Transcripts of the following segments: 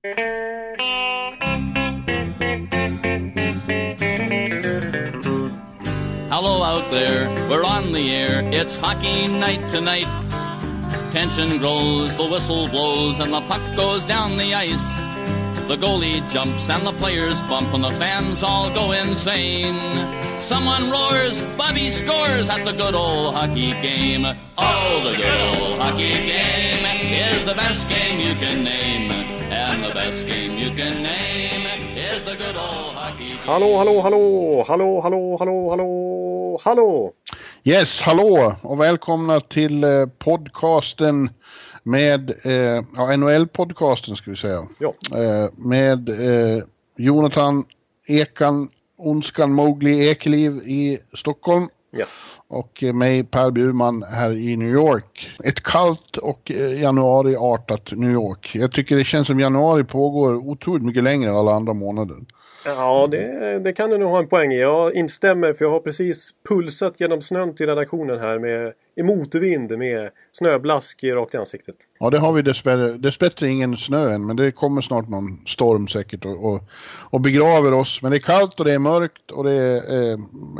Hello out there, we're on the air, it's hockey night tonight. Tension grows, the whistle blows, and the puck goes down the ice. The goalie jumps and the players bump and the fans all go insane. Someone roars, Bobby scores at the good old hockey game. Oh, the good old hockey game is the best game you can name. And the best game you can name is the good old hockey game. Hallå, hallå, hallå, hallå, hallå, hallå, hallå, hallå. Yes, hallå och välkomna till podcasten med NHL-podcasten ska vi säga. Ja. Med Jonathan Ekan, Onskan Mowgli Ekeliv i Stockholm. Ja. Och mig Per Bjurman här i New York. Ett kallt och januariartat New York. Jag tycker det känns som januari pågår otroligt mycket längre än alla andra månader. Ja, det kan du nog ha en poäng i. Jag instämmer för jag har precis pulsat genom snön till redaktionen här med i motvind med snöblask rakt i ansiktet. Ja, det har vi dessbättre ingen snö än, men det kommer snart någon storm säkert och begraver oss. Men det är kallt och det är mörkt och det är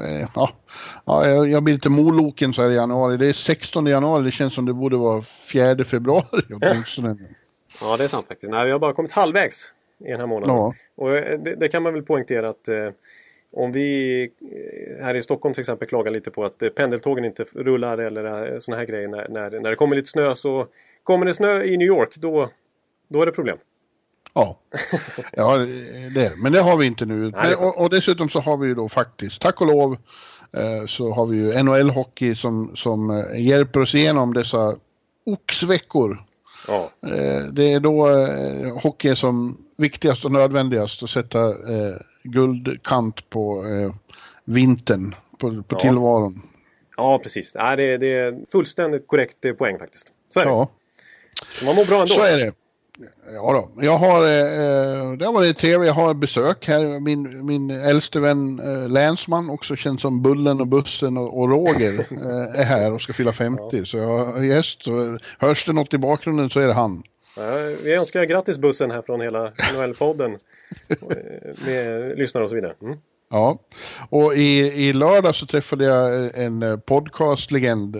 jag blir lite moloken så här i januari. Det är 16 januari, det känns som det borde vara 4 februari. Ja, det är sant faktiskt. Nej, vi har bara kommit halvvägs i den här månaden. Ja. Och det kan man väl poängtera att om vi här i Stockholm till exempel klagar lite på att pendeltågen inte rullar eller såna här grejer när det kommer lite snö, så kommer det snö i New York då är det problem. Ja, men det har vi inte nu. Nej, och dessutom så har vi ju då faktiskt, tack och lov, så har vi ju NHL-hockey som hjälper oss igenom dessa oxveckor. Ja. Det är då hockey är som viktigast och nödvändigast att sätta guldkant på vintern, på tillvaron. Ja, precis. Det är fullständigt korrekt poäng faktiskt. Så är det. Ja. Så man mår bra ändå. Så är det. Ja då. Jag har det har varit trevligt. Jag har besök här. Min äldste vän Länsman, också känd som Bullen och Bussen och Roger är här och ska fylla 50. Ja. Så jag har gäst. Så hörs det något i bakgrunden så är det han. Ja, vi önskar grattis Bussen här från hela NHL-podden med lyssnare och så vidare. Mm. Ja, och i lördag så träffade jag en podcastlegend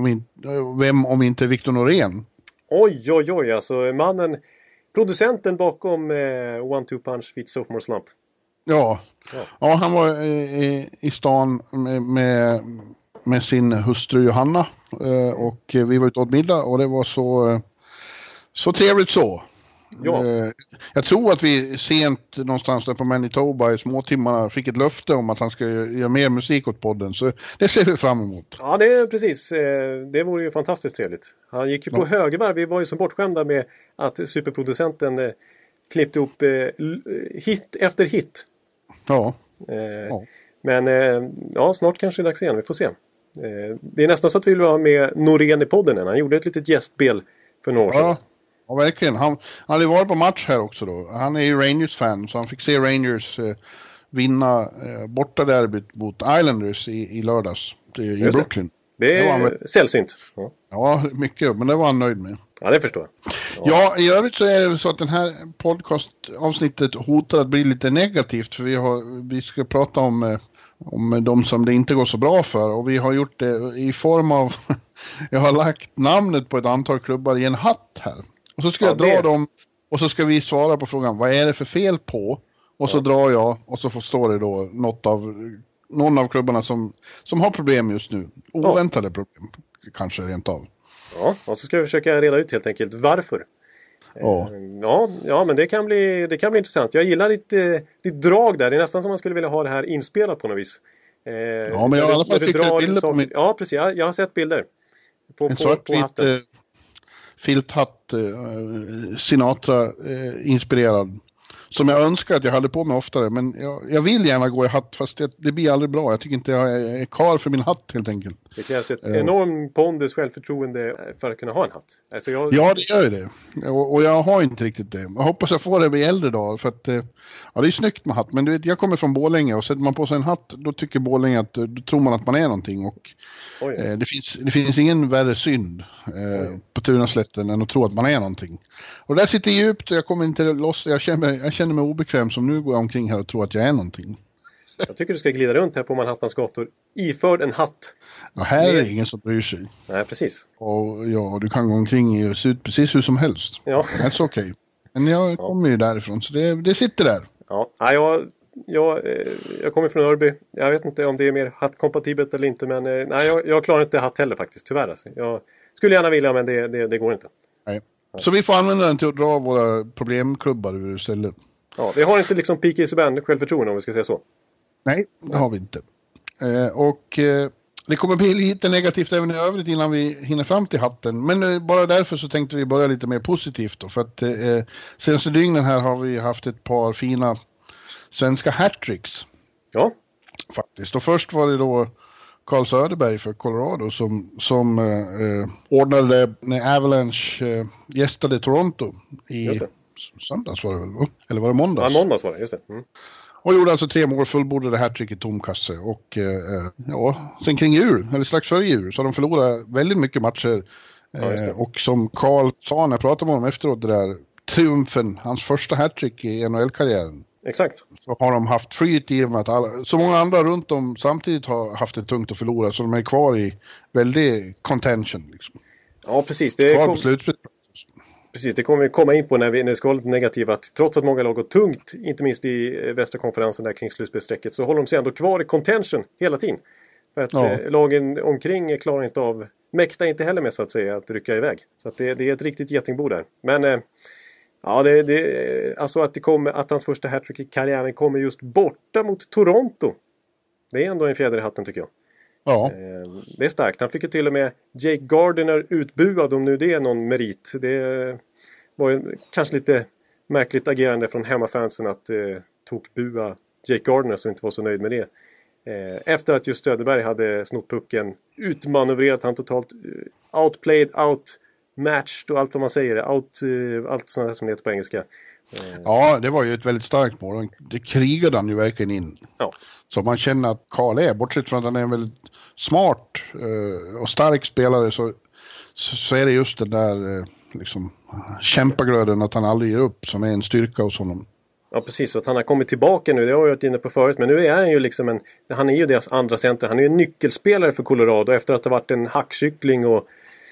om inte Victor Norén. Oj, alltså producenten bakom One-Two Punch Feet Sophomore Slump. Ja, han var i stan med sin hustru Johanna och vi var ute åt middag och det var så trevligt så. Ja. Jag tror att vi sent någonstans där på Manitoba i småtimmarna fick ett löfte om att han ska göra mer musik åt podden, så det ser vi fram emot. Ja, det är precis. Det vore ju fantastiskt trevligt. Han gick ju på högervarv. Vi var ju så bortskämda med att superproducenten klippte upp hit efter hit. Ja. Men snart kanske det är dags igen. Vi får se. Det är nästan så att vi vill ha med Norén i podden än. Han gjorde ett litet gästspel för några år sedan. Ja, verkligen. Han hade varit på match här också då. Han är ju Rangers-fan, så han fick se Rangers vinna bortaderbyt mot Islanders i lördags i Brooklyn. Det var sällsynt. Ja, mycket, men det var han nöjd med. Ja, det förstår jag. Ja, i övrigt så är det så att den här podcastavsnittet hotar att bli lite negativt, för vi ska prata om de som det inte går så bra för, och vi har gjort det i form av jag har lagt namnet på ett antal klubbar i en hatt här. Och så ska jag dra dem och så ska vi svara på frågan, vad är det för fel på? Och så drar jag och så förstår det då någon av klubbarna som har problem just nu. Oväntade problem, kanske rent av. Ja, och så ska vi försöka reda ut helt enkelt varför. Ja, men det kan bli intressant. Jag gillar ditt drag där. Det är nästan som man skulle vilja ha det här inspelat på något vis. Ja, men jag har i alla fall skickat bilder på min... Ja, precis. Jag har sett bilder. En svartvit filthatt, Sinatra-inspirerad. Som jag önskar att jag hade på mig oftare. Men jag vill gärna gå i hatt, fast det blir aldrig bra. Jag tycker inte jag är karl för min hatt helt enkelt. Det krävs ett enormt pondus självförtroende för att kunna ha en hatt. Alltså Ja, det gör det. Och jag har inte riktigt det. Jag hoppas jag får det vid äldre dagar. För att, ja, det är snyggt med hatt. Men du vet, jag kommer från Borlänge och sätter man på sig en hatt, då tycker Borlänge att då tror man att man är någonting. Och det finns ingen värre synd på Tunaslätten än att tro att man är någonting. Och där sitter djupt och jag kommer inte loss. Jag känner mig obekväm som nu går jag omkring här och tror att jag är någonting. Jag tycker du ska glida runt här på Manhattans gator iförd en hatt. Ja, här är det ingen som bryr sig. Nej, precis. Och ja, du kan gå omkring och se ut precis hur som helst. Ja. Det är okej. Men jag kommer ju därifrån, så det sitter där. Ja, jag kommer från Örby. Jag vet inte om det är mer hattkompatibelt eller inte, men nej, jag klarar inte hatt heller faktiskt, tyvärr. Alltså. Jag skulle gärna vilja, men det går inte. Nej. Så vi får använda den till att dra våra problemklubbar ur istället. Ja, vi har inte liksom P.K. Subban självförtroende, om vi ska säga så. Nej, det har vi inte. Det kommer bli lite negativt även i övrigt innan vi hinner fram till hatten. Men bara därför så tänkte vi börja lite mer positivt då. För att senaste dygnen här har vi haft ett par fina svenska hattricks. Ja. Faktiskt. Och först var det då Carl Söderberg för Colorado som ordnade det när Avalanche gästade Toronto i söndags var det väl? Eller var det måndags? Ja, måndags var det, just det. Mm. Och gjorde alltså 3 mål, fullbordade hattrick i tom kasse. Och sen kring jul, eller strax före jul, så har de förlorat väldigt mycket matcher. Och som Carl sa när jag pratade med honom efteråt, det där triumfen, hans första hattrick i NHL-karriären. Exakt. Så har de haft flyt i med att så många andra runt om samtidigt har haft det tungt att förlora. Så de är kvar i väldigt contention. Liksom. Ja, precis. Kvar på slutspelet. Precis, det kommer vi komma in på när vi ska vara lite negativa. Att trots att många lag går tungt, inte minst i västra konferensen där kring slutspelssträcket, så håller de sig ändå kvar i contention hela tiden. För att lagen omkring klarar inte av, mäktar inte heller med så att säga att rycka iväg. Så att det är ett riktigt getingbo där. Men alltså att hans första hattrick i karriären kommer just borta mot Toronto. Det är ändå en fjäder i hatten tycker jag. Ja. Det är starkt. Han fick ju till och med Jake Gardiner utbuad, om nu det är någon merit. Det var ju kanske lite märkligt agerande från hemmafansen att tokbua Jake Gardiner som inte var så nöjd med det. Efter att just Söderberg hade snott pucken, utmanövrerat han totalt, outplayed, outmatched och allt vad man säger, allt sånt här som det heter på engelska. Ja, det var ju ett väldigt starkt mål. Det krigade han ju verkligen in. Ja. Så man känner att Carl är, bortsett från att han är en väldigt smart och stark spelare, så är det just den där liksom kämpaglöden att han aldrig ger upp som är en styrka hos honom. Ja, precis. Så att han har kommit tillbaka nu, det har jag varit inne på förut, men nu är han ju liksom han är ju deras andra center. Han är ju en nyckelspelare för Colorado efter att ha varit en hackkyckling och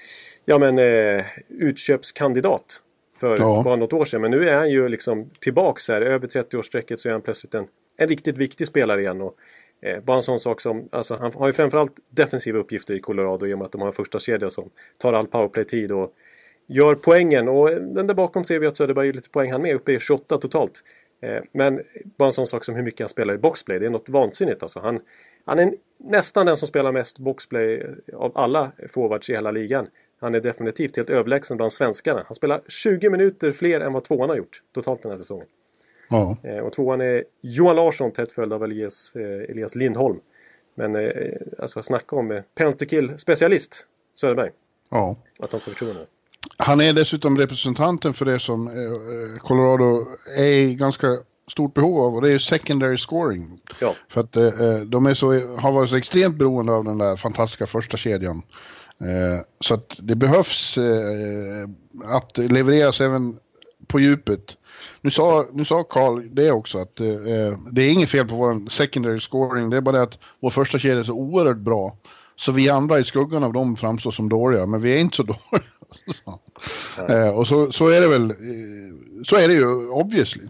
utköpskandidat för bara något år sedan. Men nu är han ju liksom tillbaks här, över 30-årssträcket så är han plötsligt en riktigt viktig spelare igen. Och bara en sån sak som, alltså han har ju framförallt defensiva uppgifter i Colorado i och med att de har en första kedja som tar all powerplay-tid och gör poängen. Och den där bakom ser vi att Söderberg är lite poäng han med, uppe i 28 totalt. Men bara en sån sak som hur mycket han spelar i boxplay, det är något vansinnigt. Alltså han är nästan den som spelar mest boxplay av alla forwards i hela ligan. Han är definitivt helt överlägsen bland svenskarna. Han spelar 20 minuter fler än vad tvåan har gjort totalt den här säsongen. Ja. Och tvåan är Johan Larsson, tätt följd av Elias Lindholm. Men alltså snacka om penalty kill specialist Söderberg. Ja. Att han får förtroende. Han är dessutom representanten för det som Colorado är i ganska stort behov av, och det är secondary scoring. Ja. För att de har varit så extremt beroende av den där fantastiska första kedjan. Så att det behövs att levereras även på djupet. Nu sa Carl det också, att det är inget fel på vår secondary scoring. Det är bara det att vår första kedja är så oerhört bra. Så vi andra i skuggan av dem framstår som dåliga. Men vi är inte så dåliga. Och så är det väl. Så är det ju obviously.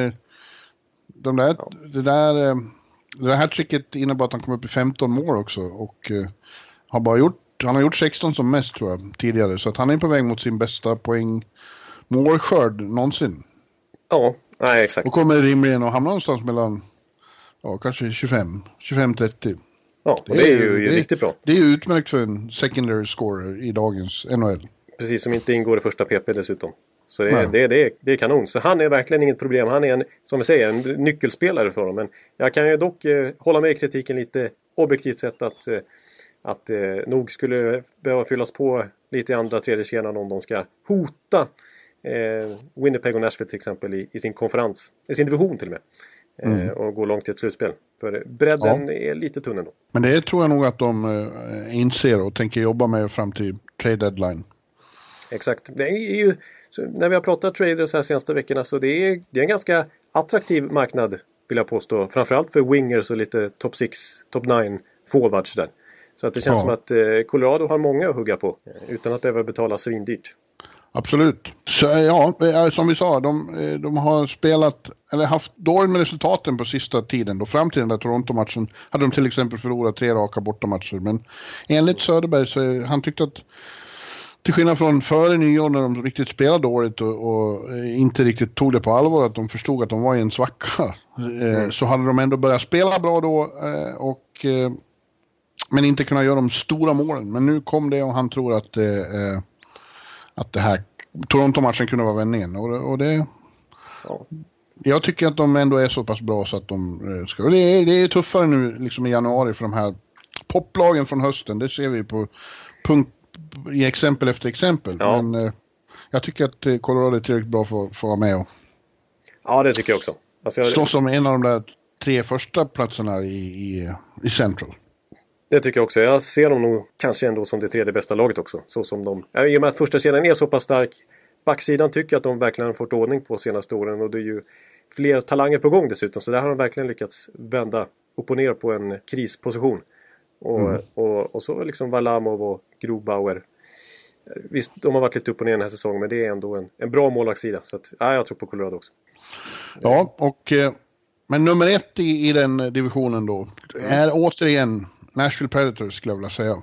Det där hattricket innebär att han kom upp i 15 mål också. Och han har gjort 16 som mest tror jag tidigare. Så att han är på väg mot sin bästa målskörd någonsin. Ja, nej exakt. Och kommer rimligen att hamna någonstans mellan kanske 25-30. Ja, och det är ju riktigt bra. Det är utmärkt för en secondary scorer i dagens NHL. Precis, som inte ingår i första PP dessutom. Så det är kanon. Så han är verkligen inget problem. Han är som vi säger, en nyckelspelare för dem. Men jag kan ju dock hålla med i kritiken lite objektivt sett att att nog skulle behöva fyllas på lite i andra tredje kedjan om de ska hota Winnipeg och Nashville till exempel i sin konferens, i sin division till och med. Och gå långt i ett slutspel. För bredden är lite tunn ändå. Men det tror jag nog att de inser och tänker jobba med fram till trade deadline. Exakt. Det är ju, när vi har pratat traders här senaste veckorna, så det är en ganska attraktiv marknad, vill jag påstå. Framförallt för wingers och lite top 6, top 9 forwards där. Så att det känns som att Colorado har många att hugga på utan att behöva betala svindyrt. Absolut. Så, som vi sa, de har spelat eller haft dåligt med resultaten på sista tiden. Då fram till den där Toronto-matchen hade de till exempel förlorat 3 raka bortamatcher. Men enligt Söderberg så han tyckte att till skillnad från före nyår när de riktigt spelade dåligt och inte riktigt tog det på allvar, att de förstod att de var i en svacka, så hade de ändå börjat spela bra då men inte kunna göra de stora målen. Men nu kom det och han tror att det här Toronto-matchen kunde vara vändningen. Och det... Ja. Jag tycker att de ändå är så pass bra så att de ska... Det är tuffare nu liksom i januari för de här poplagen från hösten. Det ser vi på punkt i exempel efter exempel. Ja. Men jag tycker att Colorado är tillräckligt bra för att vara med. Ja, det tycker jag också. Alltså, stå som en av de där 3 första platserna i Central. Det tycker jag också. Jag ser dem nog kanske ändå som det 3:e bästa laget också. Så som de... I och med att första sidan är så pass stark. Backsidan tycker jag att de verkligen har fått ordning på senaste åren. Och det är ju fler talanger på gång dessutom. Så där har de verkligen lyckats vända upp och ner på en krisposition. Och så liksom Varlamov och Grubauer. Visst, de har varit lite upp och ner den här säsongen. Men det är ändå en bra målvaktssida. Så att, jag tror på Colorado också. Ja, men nummer 1 i den divisionen då är återigen Nashville Predators, skulle jag vilja säga.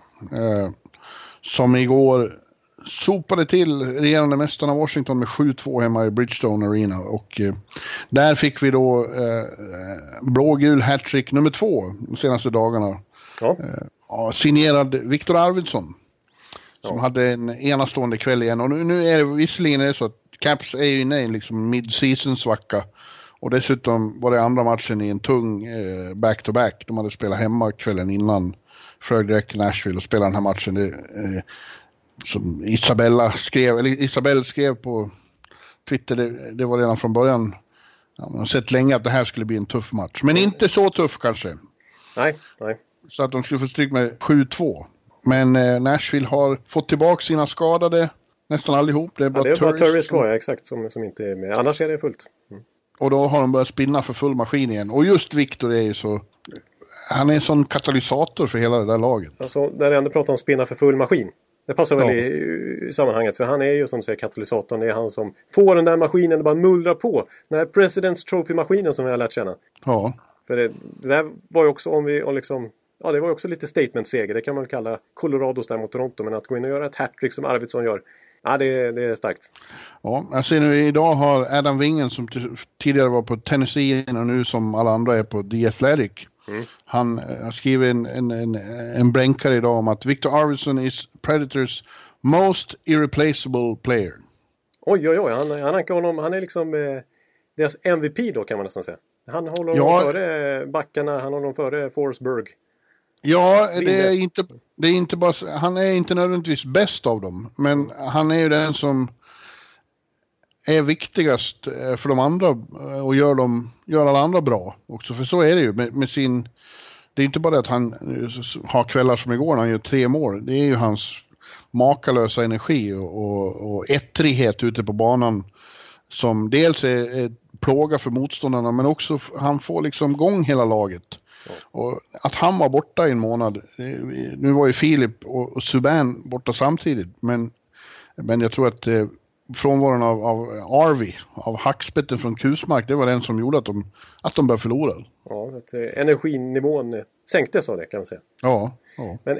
Som igår sopade till regerande mästarna Washington med 7-2 hemma i Bridgestone Arena. Och där fick vi då blågul hattrick nummer 2 de senaste dagarna. Ja. Signerad Victor Arvidsson. Som hade en enastående kväll igen. Och nu är det visserligen så att Caps är ju inne i en liksom mid-season svacka. Och dessutom var det andra matchen i en tung back-to-back. De hade spelat hemma kvällen innan. Flög direkt till Nashville och spelade den här matchen. Som Isabelle skrev på Twitter. Det var redan från början. Ja, man har sett länge att det här skulle bli en tuff match. Men inte så tuff kanske. Nej. Så att de skulle få stryk med 7-2. Men Nashville har fått tillbaka sina skadade. Nästan allihop. Det är bara Turris kvar, exakt, som inte är med. Annars är det fullt. Och då har de börjat spinna för full maskin igen. Och just Victor är ju så... Han är en sån katalysator för hela det där laget. Alltså, när jag ändå pratar om spinna för full maskin. Det passar väl i sammanhanget. För han är ju som säger katalysatorn. Det är han som får den där maskinen att bara mullra på. Den här President's Trophy-maskinen som jag har lärt känna. Ja. För det där var ju också det var ju också lite statement-seger. Det kan man väl kalla Colorados där mot Toronto. Men att gå in och göra ett hattrick som Arvidsson gör. Ja, det är starkt. Ja, jag ser nu idag har Adam Wingen som tidigare var på Tennessee och nu som alla andra är på The Athletic. Han skriver en bränkare idag om att Victor Arvidsson is Predators most irreplaceable player. Oj, han är liksom deras MVP då, kan man nästan säga. Han håller dem före backarna, han håller dem före Forsberg. Ja, det är inte bara, han är inte nödvändigtvis bäst av dem, men han är ju den som är viktigast för de andra och gör alla andra bra också. För så är det ju med sin... Det är inte bara det att han har kvällar som igår när han gör 3 mål. Det är ju hans makalösa energi och ettrighet ute på banan som dels är plåga för motståndarna, men också han får liksom gång hela laget. Och att han var borta i en månad, nu var ju Filip och Subban borta samtidigt, men jag tror att frånvaron av Arvi, av hackspetten från Kusmark, det var den som gjorde att de började förlora. Ja, att energinivån sänktes av det, kan man säga. Ja. Men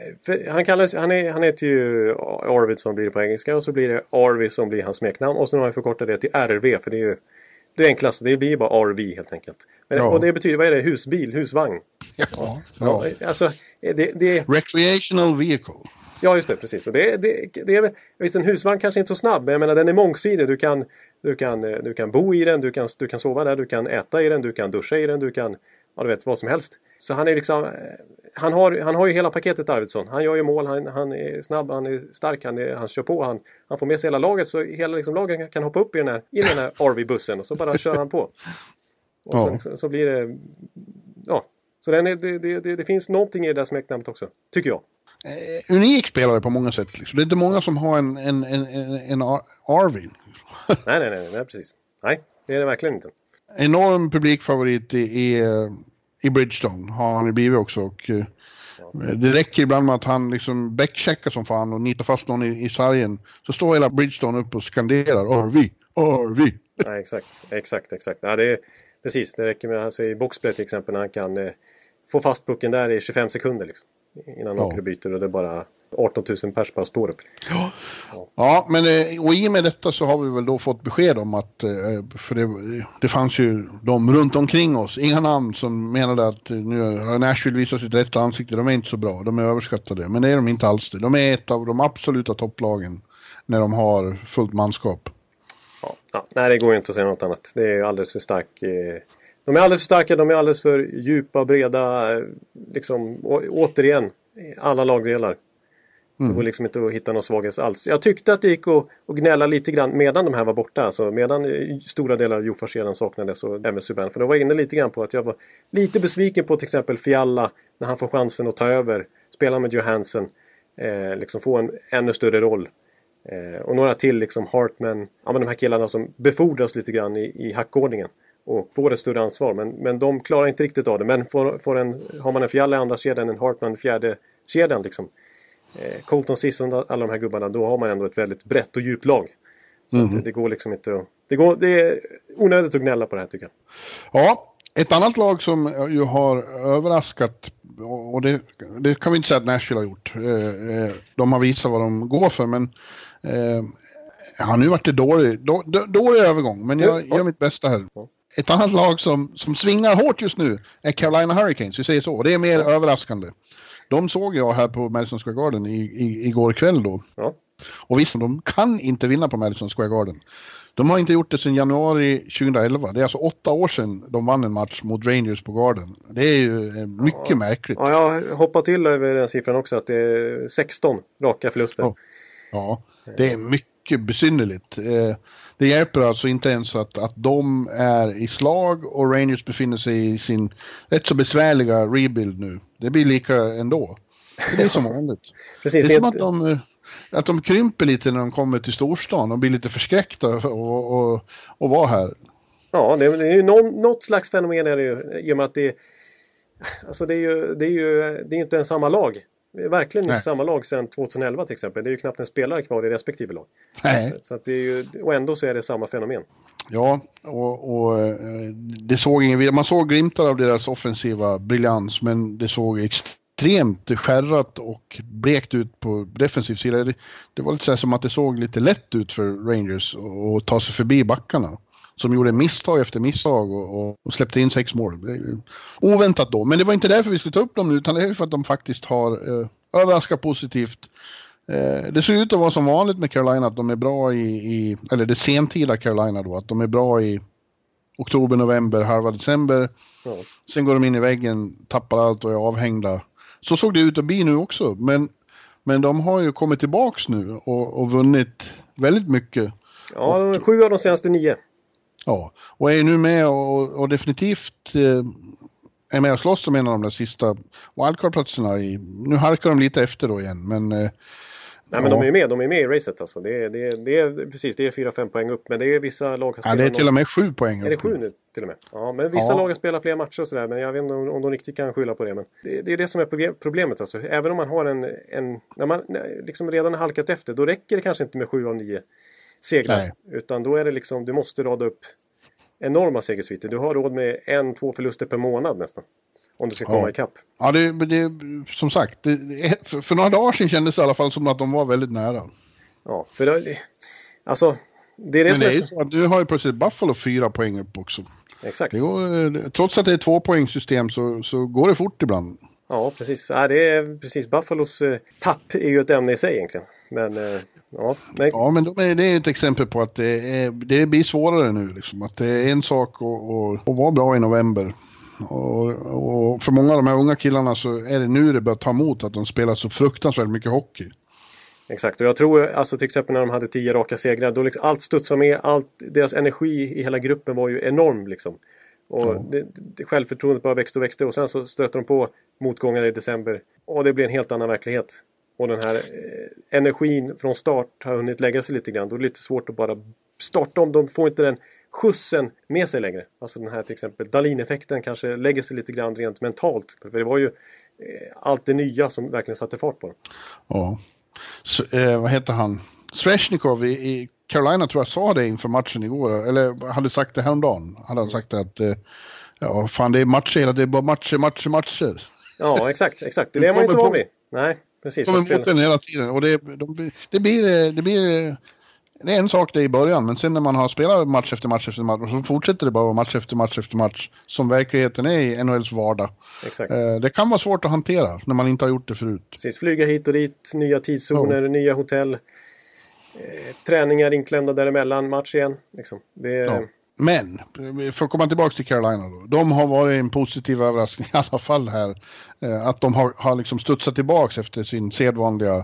han heter ju Arvid som blir det på engelska, och så blir det Arvi som blir hans smeknamn, och så har jag förkortat det till RV, för det är ju det enklaste, det blir bara RV helt enkelt. Men, och det betyder, vad är det? Husbil, husvagn? Ja. Alltså, det recreational vehicle. Ja, just det, precis. Och det är visst, en husvagn kanske inte så snabb, men jag menar, den är mångsidig. Du kan bo i den, du kan sova där, du kan äta i den, du kan duscha i den, du kan ja, du vet, vad som helst. Så han är liksom, han har ju hela paketet, Arvidsson. Han gör ju mål, han är snabb, han är stark, han kör på, han får med sig hela laget, så hela liksom laget kan hoppa upp i den här RV-bussen och så bara kör han på. Och så blir det, ja, så det finns någonting i det där smeknamnet också, tycker jag. Unik spelare på många sätt liksom. Det är inte många som har en RV. Nej, precis. Nej, det är det verkligen inte. Enorm publikfavorit i Bridgestone har han ju blivit också, och det räcker ibland med att han liksom backcheckar som fan och nitar fast någon i sargen, så står hela Bridgestone upp och skanderar RV. Nej, exakt. Ja, det är precis, det räcker med, alltså i boxplay till exempel, när han kan få fast pucken där i 25 sekunder liksom, innan han åker och byter, och det är bara 18 000 pers på spår upp. Ja, men och i och med detta så har vi väl då fått besked om att, för det fanns ju de runt omkring oss, inga namn, som menade att nu har Nashville visat sitt rätta ansikte, de är inte så bra, de är överskattade, men det är de inte alls det. De är ett av de absoluta topplagen när de har fullt manskap. Ja, nej, det går ju inte att säga något annat. Det är alldeles för stark. De är alldeles för starka, de är alldeles för djupa, breda, liksom, återigen, alla lagdelar. Det går liksom inte att hitta någon svaghet alls. Jag tyckte att det gick att gnälla lite grann medan de här var borta. Alltså medan stora delar av Jofarskedan saknades, och även Subban. För då var jag inne lite grann på att jag var lite besviken på till exempel Fialla, när han får chansen att ta över, spela med Johansson, liksom få en ännu större roll. Och några till, liksom Hartman, ja, men de här killarna som befordras lite grann i hackordningen och får ett större ansvar, men de klarar inte riktigt av det. Men har man en Fialla i andra kedjan, en Hartman i fjärde kedjan liksom, Colton Sisson, alla de här gubbarna, då har man ändå ett väldigt brett och djupt lag. Så att det går liksom inte att, det är onödigt att gnälla på det här, tycker jag. Ja, ett annat lag som ju har överraskat, och det kan vi inte säga att Nashville har gjort. De har visat vad de går för, men nu varit det dålig övergång, men jag gör mitt bästa här. Ett annat lag som svingar hårt just nu är Carolina Hurricanes, vi säger så. Det är mer överraskande. De såg jag här på Madison Square Garden igår kväll då. Ja. Och visst, de kan inte vinna på Madison Square Garden. De har inte gjort det sedan januari 2011. Det är alltså 8 år sedan de vann en match mot Rangers på Garden. Det är ju mycket märkligt. Ja, jag hoppar till över den siffran också, att det är 16 raka förluster. Ja, det är mycket besynnerligt. Det hjälper alltså inte ens att de är i slag och Rangers befinner sig i sin rätt så besvärliga rebuild nu. Det blir lika ändå. Det är som vanligt. Precis, det är som att de krymper lite när de kommer till storstan och blir lite förskräckta och vara här. Ja, det är ju något slags fenomen är det ju, i och med att det är inte en samma lag. Det är verkligen inte samma lag sedan 2011 till exempel. Det är ju knappt en spelare kvar i respektive lag. Nej. Så att det är ju, och ändå så är det samma fenomen. Ja, och det man såg glimtar av deras offensiva briljans, men det såg extremt skärrat och blekt ut på defensiv sida. Det var lite så här som att det såg lite lätt ut för Rangers att ta sig förbi backarna, som gjorde misstag efter misstag och släppte in 6 mål. Oväntat då. Men det var inte därför vi skulle ta upp dem nu, utan det är för att de faktiskt har överraskat positivt. Det ser ut att vara som vanligt med Carolina, att de är bra eller det sentida Carolina då, att de är bra i oktober, november, halva december. Ja. Sen går de in i väggen, tappar allt och är avhängda. Så såg det ut att bli nu också. Men de har ju kommit tillbaks nu och vunnit väldigt mycket. Ja, de är 7 av de senaste 9. Ja, och är nu med och definitivt är med och slåss om en av de där sista wildcard-platserna. Nu harkar de lite efter då igen, men... Nej, men de är med i racet alltså. Det är precis, det är 4-5 poäng upp, men det är vissa lag... Ja, det är till och med 7 poäng upp. Är det 7 nu till och med? Ja, men vissa lag har spelat fler matcher och sådär, men jag vet inte om de riktigt kan skylla på det. Men det är det som är problemet alltså. Även om man har när man liksom redan har halkat efter, då räcker det kanske inte med 7 av 9 segrar. Nej. Utan då är det liksom, du måste rada upp enorma segersviter. Du har råd med 1-2 förluster per månad nästan. Om du ska komma ikapp. Ja, det som sagt, för några dagar sedan kändes det i alla fall som att de var väldigt nära. Ja, för det, alltså, det är det. Men som det är så att du har ju plötsligt Buffalo 4 poäng upp också. Exakt. Det går, trots att det är 2-poängssystem så går det fort ibland. Ja, precis. Ja, det är precis. Buffalos tapp är ju ett ämne i sig egentligen. Men men det är ett exempel på att det blir svårare nu liksom. Att det är en sak att vara bra i november. Och för många av de här unga killarna så är det nu det börjar ta emot att de spelar så fruktansvärt mycket hockey. Exakt, och jag tror alltså till exempel när de hade 10 raka segrar, då liksom allt studsade med, deras energi i hela gruppen var ju enorm liksom. Och det självförtroendet bara växte och sen så stöter de på motgångar i december och det blir en helt annan verklighet. Och den här energin från start har hunnit lägga sig lite grann. Då är det lite svårt att bara starta om. De får inte den skjutsen med sig längre. Alltså den här till exempel Dahlin-effekten kanske lägger sig lite grann rent mentalt. För det var ju allt det nya som verkligen satte fart på dem. Ja. Så, vad heter han? Sveshnikov i Carolina tror jag sa det inför matchen igår. Eller hade sagt det häromdagen. Hade han sagt att ja, fan det är matcher, det är bara matcher. Ja, exakt. Det är man inte van vid. Nej, precis. De är mot den hela tiden. Och det blir det är en sak det i början, men sen när man har spelat match efter match så fortsätter det bara match efter match som verkligheten är i NHLs vardag. Exakt. Det kan vara svårt att hantera när man inte har gjort det förut. Precis, flyga hit och dit, nya tidszoner, nya hotell, träningar inklämda däremellan, match igen. Liksom. Men, för att komma tillbaka till Carolina då. De har varit en positiv överraskning i alla fall här. Att de har liksom studsat tillbaka efter sin sedvanliga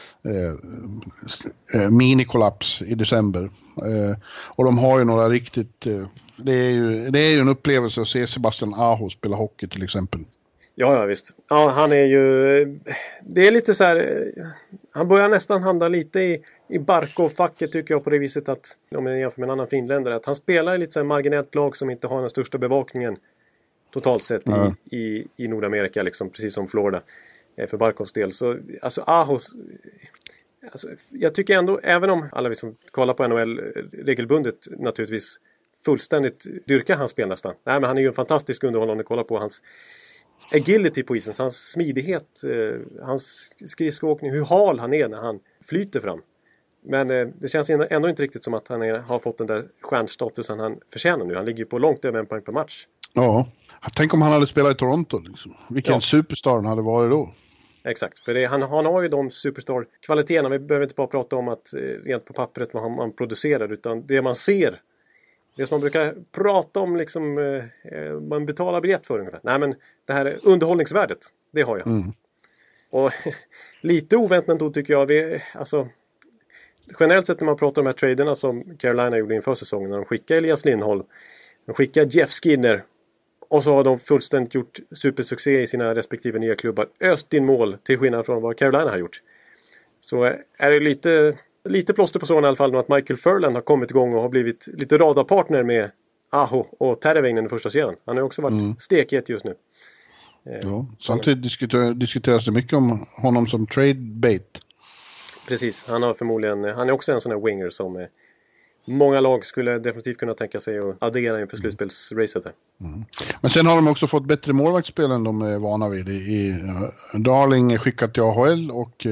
minikollaps i december. Och de har ju några riktigt... det är ju en upplevelse att se Sebastian Aho spela hockey till exempel. Ja, visst. Ja, han är ju... Det är lite så här... Han börjar nästan hamna lite i Barkov-facket tycker jag på det viset att... Om jag jämför med en annan finländare. Att han spelar i lite så här marginellt lag som inte har den största bevakningen totalt sett i Nordamerika liksom. Precis som Florida. För Barkovs del. Så alltså Ahos... Alltså, jag tycker ändå, även om alla vi som kollar på NHL regelbundet naturligtvis fullständigt dyrkar hans spel nästan. Nej, men han är ju en fantastisk underhållande att kolla på hans agility på isen, hans smidighet, hans skridskoåkning, hur hal han är när han flyter fram. Men det känns ändå inte riktigt som att han har fått den där stjärnstatusen han förtjänar nu. Han ligger på långt över 1 poäng per match. Ja, tänk om han hade spelat i Toronto liksom. Vilken superstar han hade varit då. Exakt, för han har ju de superstar-kvaliteterna. Vi behöver inte bara prata om att rent på pappret vad man producerar, utan det man ser. Det som man brukar prata om liksom, man betalar biljett för ungefär. Nej, men det här underhållningsvärdet, det har jag. Och lite oväntat då tycker jag, generellt sett när man pratar om de här traderna som Carolina gjorde inför säsongen, när de skickade Elias Lindholm, de skickade Jeff Skinner, och så har de fullständigt gjort supersuccé i sina respektive nya klubbar. Öst in mål till skillnad från vad Carolina har gjort. Så är det lite plåster på sådana i alla fall att Michael Furlan har kommit igång och har blivit lite radarpartner med Aho och Terveinen i första serien. Han har också varit stekhet just nu. Ja, samtidigt diskuteras det mycket om honom som trade bait. Precis, han är också en sån här winger som många lag skulle definitivt kunna tänka sig att addera inför slutspelsracet. Men sen har de också fått bättre målvaktsspel än de är vana vid. Darling är skickat till AHL och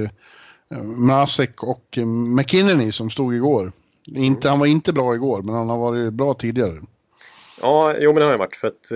Masek och McKinney som stod igår. Han var inte bra igår, men han har varit bra tidigare. Ja, men det har han varit. För att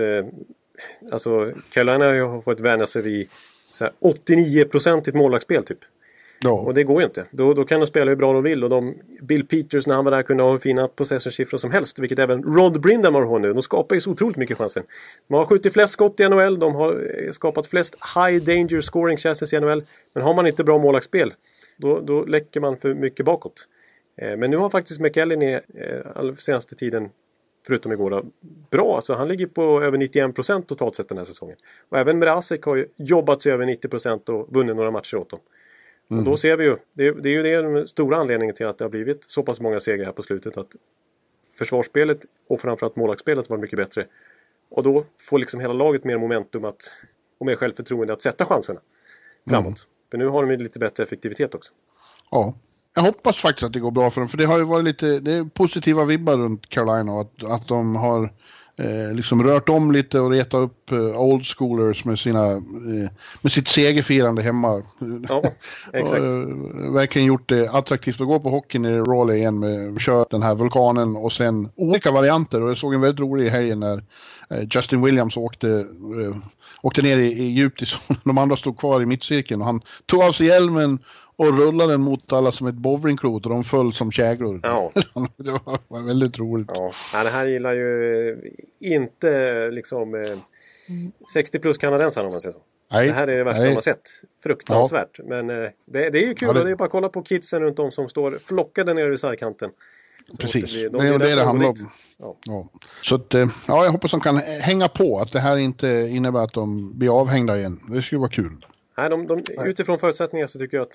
Carolina har fått vänja sig vid 89% i ett målvaktsspel typ. Ja. Och det går ju inte. Då kan de spela hur bra de vill. Och Bill Peters när han var där kunde ha fina possession-siffror som helst. Vilket även Rod Brindamore har nu. De skapar ju så otroligt mycket chanser. De har skjutit flest skott i NHL. De har skapat flest high danger scoring chances i NHL. Men har man inte bra målvaktsspel, då läcker man för mycket bakåt. Men nu har faktiskt McKellen senaste tiden, förutom igår, bra. Alltså, han ligger på över 91% totalt sett den här säsongen. Och även Mrazek har ju jobbat sig över 90% och vunnit några matcher åt dem. Och då ser vi ju, det är ju den stora anledningen till att det har blivit så pass många segrar här på slutet, att försvarsspelet och framförallt målvaktsspelet var mycket bättre. Och då får liksom hela laget mer momentum och mer självförtroende att sätta chanserna framåt. För nu har de ju lite bättre effektivitet också. Ja, jag hoppas faktiskt att det går bra för dem, för det har ju varit det är positiva vibbar runt Carolina, att de har liksom rört om lite och retat upp old schoolers med sitt segerfirande hemma. Ja, exakt. Och verkligen gjort det attraktivt att gå på hockeyn i Raleigh igen med kört den här vulkanen och sen olika varianter. Och jag såg en väldigt rolig helg när Justin Williams åkte ner i djupt i zonen. De andra stod kvar i mittcirkeln och han tog av sig hjälmen och rullade den mot alla som ett bowlingklot och de föll som käglor. Ja. Det var väldigt roligt. Ja, det här gillar ju inte liksom 60 plus kanadensare om man säger så. Nej, det här är det värsta man har sett. Fruktansvärt. Men det är ju kul och det är bara att kolla på kidsen runt om som står flockade nere vid sargkanten. Precis, det är det handlar om. Ja. Så att, jag hoppas de kan hänga på att det här inte innebär att de blir avhängda igen. Det skulle vara kul. Nej, utifrån förutsättningar så tycker jag att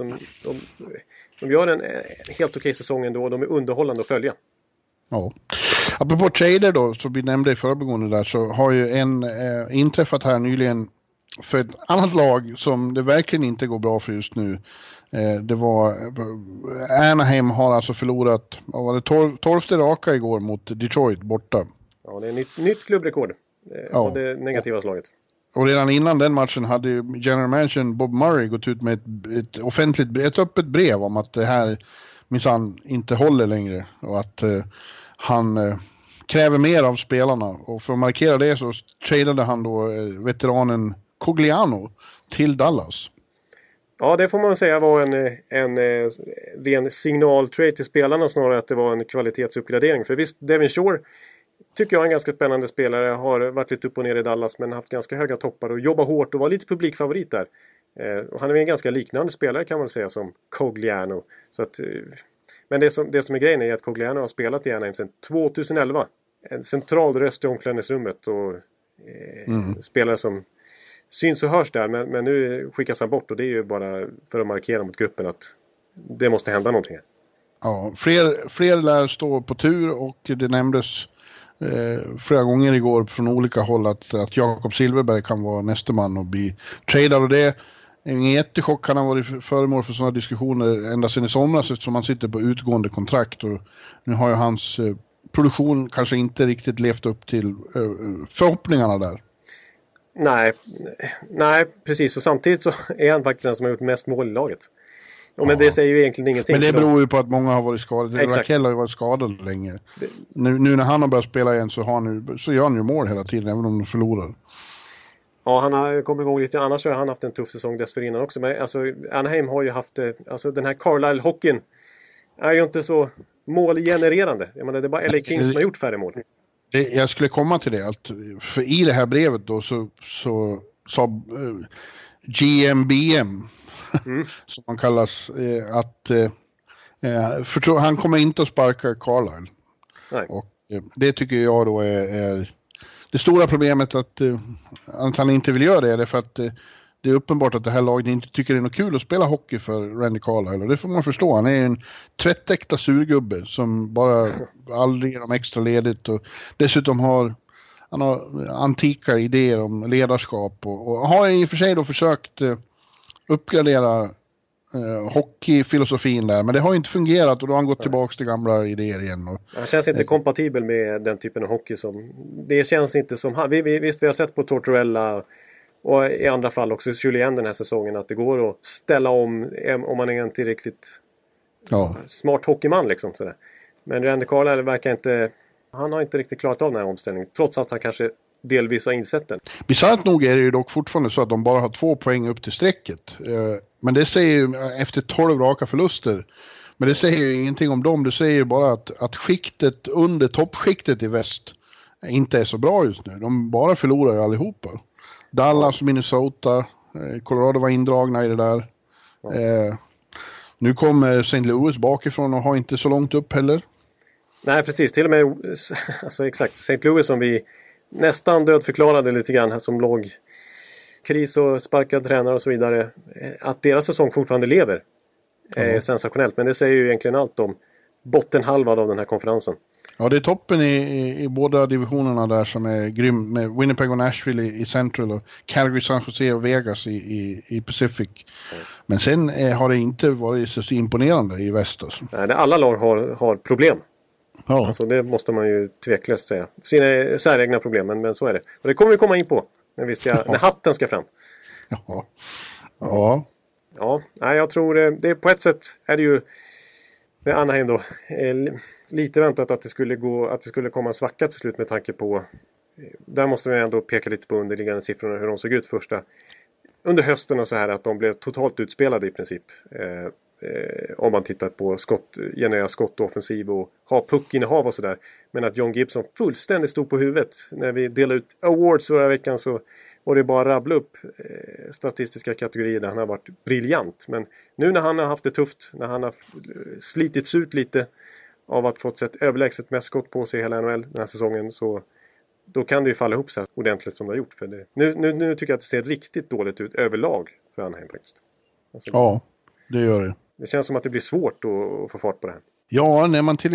de gör en helt okej säsong ändå och de är underhållande att följa. Ja. Apropå trader då, som vi nämnde i förbegående där, så har ju en inträffat här nyligen för ett annat lag som det verkligen inte går bra för just nu. Det var Anaheim har alltså förlorat 12:e raka igår mot Detroit borta. Ja, det är nytt klubbrekord av det negativa slaget. Och redan innan den matchen hade general manager Bob Murray gått ut med ett öppet brev om att det här minsann inte håller längre och att han kräver mer av spelarna. Och för att markera det så tradade han då veteranen Cogliano till Dallas. Ja, det får man säga var en ren signaltrade till spelarna snarare att det var en kvalitetsuppgradering. För visst, Devin Shore tycker jag är en ganska spännande spelare. Har varit lite upp och ner i Dallas men haft ganska höga toppar och jobbar hårt och var lite publikfavorit där. Och han är en ganska liknande spelare kan man säga som Cogliano. Så att, men det som är grejen är att Cogliano har spelat i Anaheim sedan 2011. En central röst i omklädningsrummet och spelare som syns och hörs där, men nu skickas han bort och det är ju bara för att markera mot gruppen att det måste hända någonting. Ja, fler lär stå på tur och det nämndes flera gånger igår från olika håll att Jakob Silfverberg kan vara nästa man och bli tradad och det är ingen jättechock. Han har varit föremål för sådana diskussioner ända sedan i somras eftersom han sitter på utgående kontrakt och nu har ju hans produktion kanske inte riktigt levt upp till förhoppningarna där. Nej, precis. Och samtidigt så är han faktiskt den som har gjort mest mål i laget. Men det säger ju egentligen ingenting. Men det beror ju på att många har varit skadade. Rakell har ju varit skadad länge. Nu när han har börjat spela igen så gör han ju mål hela tiden även om de förlorar. Ja, han har kommit igång lite. Annars har han haft en tuff säsong dessförinnan också. Men alltså, Anaheim har ju haft den här Carlisle-hockeyn är ju inte så målgenererande. Jag menar, det är bara LA Kings som har gjort färre mål. Jag skulle komma till det. För i det här brevet då så sa GMBM som man kallas att han kommer inte att sparka Carlisle. Nej. Och det tycker jag då är det stora problemet att han inte vill göra det är för att det är uppenbart att det här laget inte tycker det är något kul att spela hockey för Randy Carlisle och det får man förstå. Han är en tvättäkta surgubbe som bara aldrig ger dem extra ledigt och dessutom har antika idéer om ledarskap och har i och för sig då försökt uppgradera hockeyfilosofin där, men det har inte fungerat och då har han gått tillbaka till gamla idéer igen. Och, han känns inte kompatibel med den typen av hockey som det känns inte som han. Visst, vi har sett på Tortorella och i andra fall också Julien den här säsongen att det går att ställa om man är en tillräckligt smart hockeyman liksom sådär. Men Randy Carlisle verkar inte, han har inte riktigt klarat av den här omställningen trots att han kanske delvis har insett den. Bisarrt nog är det ju dock fortfarande så att de bara har 2 poäng upp till strecket. Men det säger ju efter 12 raka förluster. Men det säger ju ingenting om dem. Det säger ju bara att skiktet under toppskiktet i väst inte är så bra just nu. De bara förlorar ju allihopa. Dallas, Minnesota, Colorado var indragna i det där. Nu kommer St. Louis bakifrån och har inte så långt upp heller. Nej, precis. Till och med alltså exakt. St. Louis som vi nästan dödförklarade lite grann som låg kris och sparkad tränare och så vidare. Att deras säsong fortfarande lever är sensationellt. Men det säger ju egentligen allt om bottenhalvan av den här konferensen. Ja, det är toppen i båda divisionerna där som är grym med Winnipeg och Nashville i Central och Calgary, San Jose och Vegas i Pacific. Men sen har det inte varit så imponerande i väst. Alltså. Nej, alla lag har problem. Ja. Alltså, det måste man ju tveklöst säga. Sina säregna problem, men så är det. Och det kommer vi komma in på när hatten ska fram. Ja, nej, jag tror det på ett sätt är det ju med Anaheim då lite väntat att det skulle komma en svacka till slut med tanke på där måste vi ändå peka lite på underliggande siffrorna hur de såg ut under hösten och så här att de blev totalt utspelade i princip. om man tittar på generera skott och offensiv och ha puckinnehav och sådär. Men att John Gibson fullständigt stod på huvudet. När vi delade ut awards förra veckan så var det bara rabbla upp statistiska kategorier där han har varit briljant. Men nu när han har haft det tufft, när han har slitits ut lite av att fått sett överlägset mest skott på sig i hela NHL den här säsongen, så då kan det ju falla ihop så här ordentligt som det har gjort. För det. Nu tycker jag att det ser riktigt dåligt ut överlag för Anaheim faktiskt. Alltså, ja, det gör det. Det känns som att det blir svårt att få fart på det här. Ja,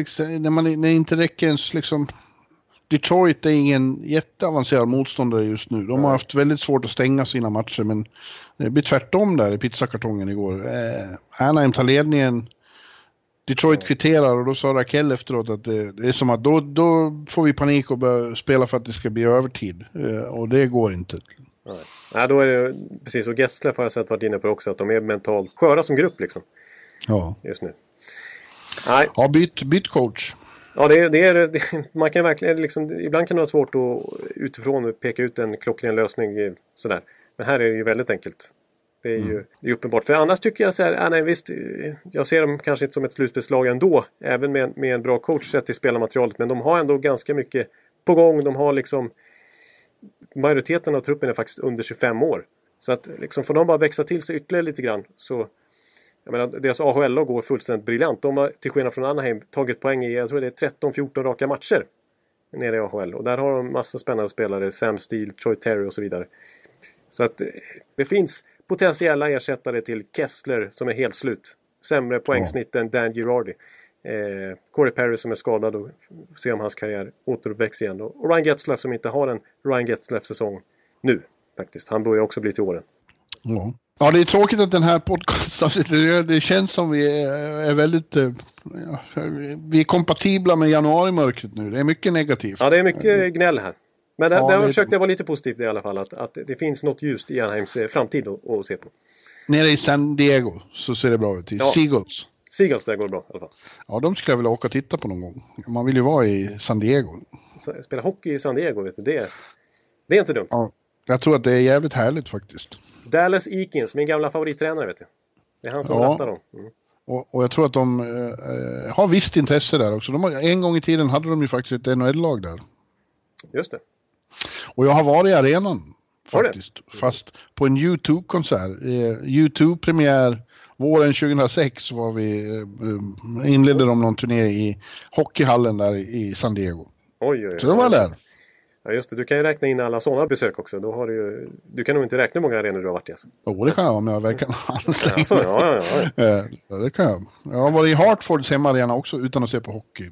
när det inte räcker ens liksom... Detroit är ingen jätteavancerad motståndare just nu. De har haft väldigt svårt att stänga sina matcher, men det blir tvärtom där i pizzakartongen igår. Anaheim tar ledningen, Detroit kvitterar och då sa Rakell efteråt att det är som att då får vi panik och börja spela för att det ska bli övertid. Och det går inte. Nej, då är det precis. Och Getzlaf har jag sett varit inne på också, att de är mentalt sköra som grupp liksom. Ja. Just nu. Nej. Ja, byt coach. Ja, man kan verkligen liksom, ibland kan det vara svårt att utifrån peka ut en klockren lösning sådär. Men här är det ju väldigt enkelt. Det är ju det är uppenbart. För annars tycker jag så här, nej visst, jag ser dem kanske inte som ett slutspelslag ändå, även med en bra coach sett till spelarmaterialet, men de har ändå ganska mycket på gång. De har liksom, majoriteten av truppen är faktiskt under 25 år. Så att liksom får de bara växa till sig ytterligare lite grann, så jag menar, deras AHL går fullständigt briljant. De har till skillnad från Anaheim tagit poäng i, jag tror det är 13-14 raka matcher nere i AHL. Och där har de massa spännande spelare, Sam Steele, Troy Terry och så vidare. Så att det finns potentiella ersättare till Kessler som är helt slut. Sämre poängsnitt än Dan Girardi. Corey Perry som är skadad och se om hans karriär återuppväcks igen. Och Ryan Getzlaf som inte har en Ryan Getzlaf-säsong nu faktiskt. Han börjar också bli till åren. Ja. Ja, det är tråkigt att den här podcasten, det känns som vi är väldigt, vi är kompatibla med januarimörkret nu. Det är mycket negativt. Ja, det är mycket gnäll här. Men där försökte jag vara lite positivt i alla fall. Att det finns något ljust i Anaheims framtid att se på. Nere i San Diego så ser det bra ut. I Seagulls, där går det bra i alla fall. Ja, de skulle jag vilja åka och titta på någon gång. Man vill ju vara i San Diego. Spela hockey i San Diego, vet du. Det är inte dumt. Ja, jag tror att det är jävligt härligt faktiskt. Dallas Eakins, min gamla favorittränare, vet du. Det är han som rattar dem. Och jag tror att de har visst intresse där också. En gång i tiden hade de ju faktiskt ett NHL-lag där. Just det. Och jag har varit i arenan faktiskt. Fast på en YouTube-konsert. YouTube-premiär våren 2006 var vi inledde de någon turné i hockeyhallen där i San Diego. Oj. Så det var där. Ja just det, du kan ju räkna in alla sådana besök också. Då har du kan nog inte räkna hur många arenor du har varit i. Alltså. Jo, det kan jag om jag verkligen anstränger. Alltså, ja, det kan jag. Jag har varit i Hartfords hemmaarena också utan att se på hockey.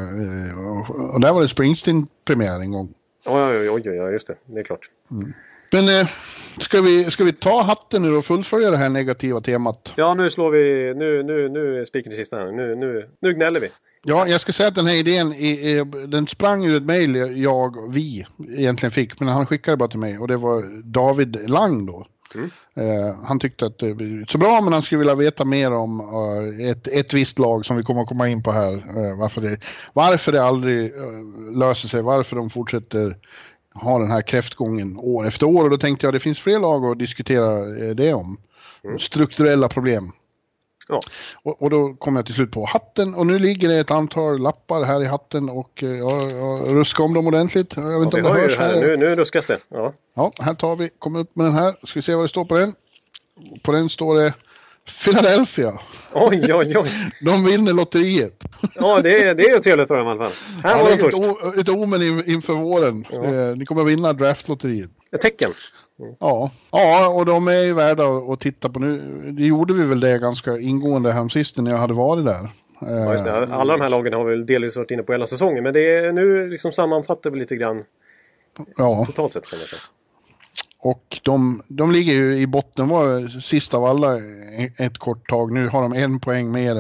Och där var det Springsteen-premiär en gång. Ja, just det. Det är klart. Mm. Men ska vi ta hatten nu och fullfölja det här negativa temat? Ja, nu slår vi, nu är spiken i kistan här. Nu gnäller vi. Ja, jag ska säga att den här idén, den sprang ur ett mejl vi egentligen fick, men han skickade bara till mig och det var David Lang då. Han tyckte att det var så bra, men han skulle vilja veta mer om ett visst lag som vi kommer att komma in på här. Varför det aldrig löser sig, varför de fortsätter ha den här kräftgången år efter år. Och då tänkte jag det finns fler lag att diskutera det om. Strukturella problem. Ja. Och då kom jag till slut på hatten. Och nu ligger det ett antal lappar här i hatten. Och jag ruskar om dem ordentligt. Jag vet inte om det hörs här. Nu ruskas det. Ja, här tar vi. Kommer upp med den här. Ska vi se vad det står på den. På den står det Philadelphia. Oj. De vinner lotteriet. Ja, det är ju trevligt för dem i alla fall. Här var de först. Ett omen inför våren. Ja. Ni kommer att vinna draftlotteriet. Ett tecken. Ja, och de är ju värda att titta på nu. Det gjorde vi väl det ganska ingående häromsisten när jag hade varit där. Ja, just det. Alla de här lagen har väl delvis varit inne på hela säsongen. Men det är nu liksom sammanfattar vi lite grann totalt sett kan man säga. Och de ligger ju i botten, var sist av alla ett kort tag. Nu har de 1 poäng mer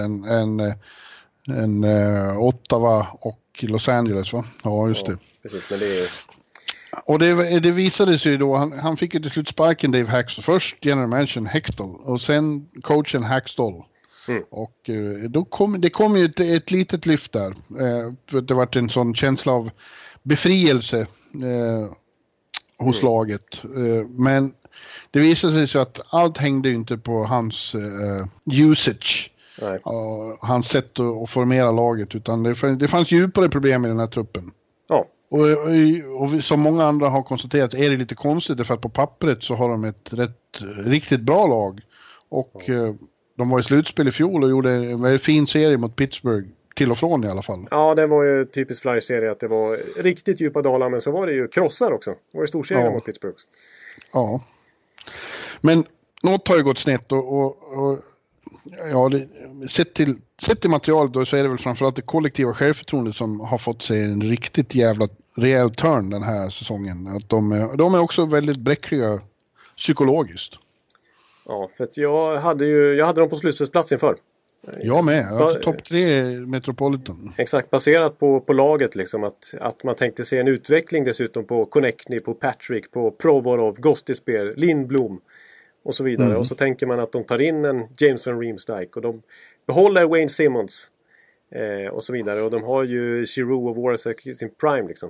än Ottawa och Los Angeles, va? Ja, just det. Precis, men det är... Och det visade sig då, han fick ju till slut sparken Dave Haxtell. Först general manager Hextall och sen coachen Haxtell. Och det kom ju ett litet lyft där. För det var en sån känsla av befrielse hos laget. Men det visade sig så att allt hängde inte på hans usage. hans sätt att formera laget, utan det fanns djupare problem i den här truppen. Ja. Och som många andra har konstaterat är det lite konstigt, för att på pappret så har de ett riktigt bra lag. Och de var i slutspel i fjol och gjorde en fin serie mot Pittsburgh, till och från i alla fall. Ja, det var ju typiskt Flyers-serie att det var riktigt djupa dalar, men så var det ju krossar också. Det var ju storserie mot Pittsburgh. Ja. Men något har ju gått snett och sett till materialet då, så är det väl framförallt det kollektiva självförtroendet som har fått sig en riktigt jävla rejäl turn den här säsongen. Att de är också väldigt bräckliga psykologiskt. Ja, för att jag hade dem på slutspelsplats inför. Jag med, topp 3 Metropolitan. Exakt, baserat på laget liksom, att man tänkte se en utveckling dessutom på Konechny, på Patrick, på Provorov, Gostisbehere, Lindblom och så vidare. Och så tänker man att de tar in en James van Riemsdyk och de behåller Wayne Simmons och så vidare. Och de har ju Giroux och Voracek i sin prime liksom.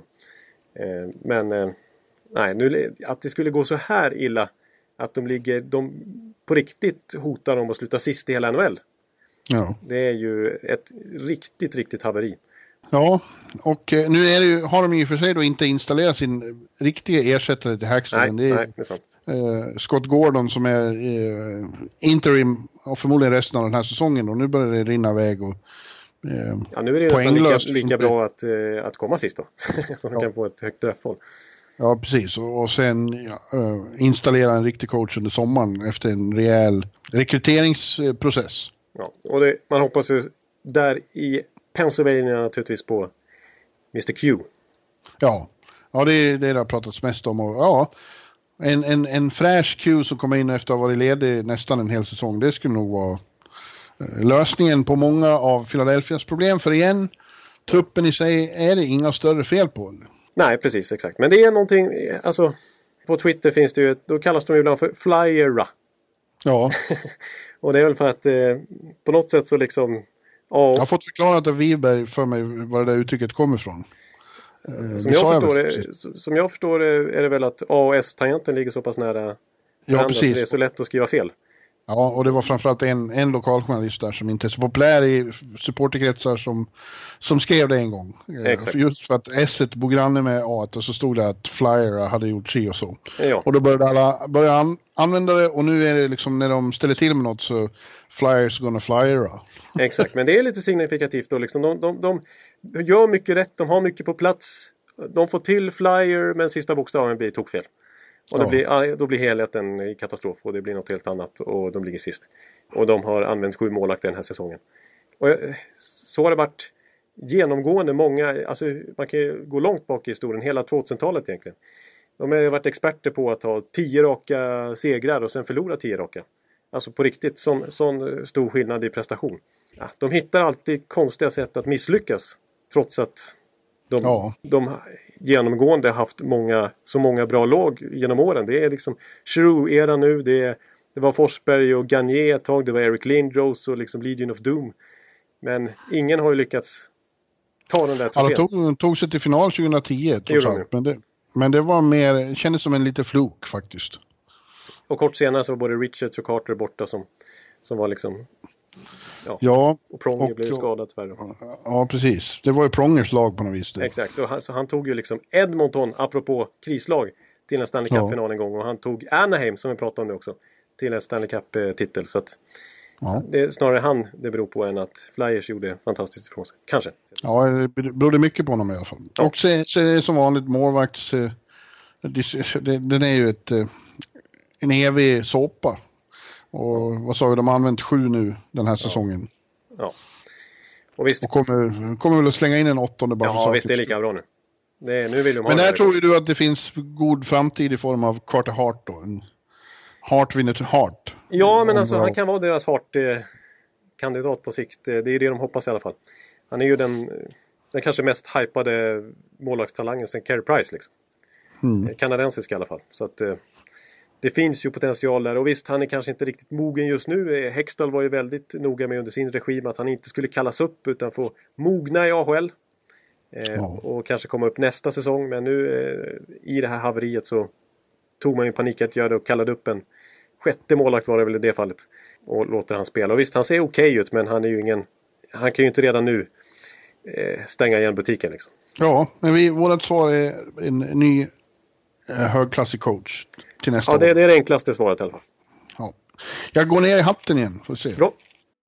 Nej, nu, att det skulle gå så här illa, att de på riktigt hotar dem att sluta sist i hela NHL. Ja. Det är ju ett riktigt haveri. Ja, och nu har de ju för sig då inte installerat sin riktiga ersättare till Hackstone. Nej, det är sant. Scott Gordon som är interim och förmodligen resten av den här säsongen, och nu börjar det rinna iväg. Och, nu är det nästan lika bra att komma sist då. Så de kan få ett högt träffhåll. Ja, precis. Och sen installera en riktig coach under sommaren efter en rejäl rekryteringsprocess. Ja, och man hoppas ju där i Pennsylvania naturligtvis på Mr. Q. Ja, det är det har pratats mest om. Och, ja, en fräsch Q som kommer in efter att ha varit ledig nästan en hel säsong, det skulle nog vara lösningen på många av Philadelphias problem. För igen, truppen i sig är det inga större fel på. Nej, precis, exakt. Men det är någonting, alltså på Twitter finns det ju, då kallas de ibland för flyera. Ja. Och det är väl för att på något sätt så liksom... Jag har fått förklarat av Wiberg för mig var det där uttrycket kommer ifrån. Som jag förstår det är det väl att A och S-tangenten ligger så pass nära varandra, så det är så lätt att skriva fel. Ja, och det var framförallt en lokaljournalist där som inte är så populär i supporterkretsar som skrev det en gång. Exakt. Just för att S-et bor granne med A, och så stod det att Flyer hade gjort si och så. Ja. Och då började alla använda det, och nu är det liksom när de ställer till med något så Flyers gonna flyera. Exakt, men det är lite signifikativt då liksom. De gör mycket rätt, de har mycket på plats. De får till Flyer, men sista bokstaven blir tokfel. Och då blir helheten i katastrof, och det blir något helt annat, och de ligger sist. Och de har använt 7 målvakter den här säsongen. Och så har det varit genomgående många, alltså man kan ju gå långt bak i historien, hela 2000-talet egentligen. De har varit experter på att ha 10 raka segrar och sen förlora 10 raka. Alltså på riktigt, sån stor skillnad i prestation. Ja, de hittar alltid konstiga sätt att misslyckas, trots att de genomgående haft så många bra lag genom åren. Det är liksom Giroux-era nu, det var Forsberg och Gagné ett tag, det var Eric Lindros och liksom Legion of Doom. Men ingen har ju lyckats ta den där trofén. De tog sig till final 2010 trots allt, men det var mer, kändes som en lite fluk faktiskt. Och kort senare så var både Richards och Carter borta som var liksom... Ja, och Pronger blev skadad tyvärr. Ja, precis. Det var ju Prongers lag på något vis. Exakt, och så han tog ju liksom Edmonton, apropå krislag, till en Stanley Cup-final en gång. Och han tog Anaheim, som vi pratade om nu också, till en Stanley Cup-titel. Så att det är snarare det beror på än att Flyers gjorde fantastiskt ifrån sig. Kanske. Ja, det berodde mycket på honom i alla fall. Ja. Och så är det som vanligt målvakts... Den är ju en evig såpa. Och vad sa vi, de har använt 7 nu den här säsongen. Ja. Och visst... Och kommer väl att slänga in en 8:e bara för Ja, visst, det är lika bra nu. Nu vill de ha. Men där tror ju du att det finns god framtid i form av Carter Hart då? En Hart vinner till Hart. Ja, men alltså han kan vara deras Hart-kandidat på sikt. Det är det de hoppas i alla fall. Han är ju den kanske mest hypade målvaktstalangen sen Carey Price liksom. Kanadensisk i alla fall. Så att... Det finns ju potential där, och visst, han är kanske inte riktigt mogen just nu. Hextall var ju väldigt noga med under sin regim att han inte skulle kallas upp utan få mogna i AHL. Och kanske komma upp nästa säsong. Men nu i det här haveriet så tog man ju panikåtgärder och kallade upp sjätte målvakt var det väl i det fallet. Och låter han spela. Och visst, han ser okej ut, men han är ju han kan ju inte redan nu stänga igen butiken liksom. Ja, men vårt svar är en ny högklassig coach till nästa år. Ja, det är det enklaste svaret i alla fall. Ja. Jag går ner i hatten igen, får se. Bra.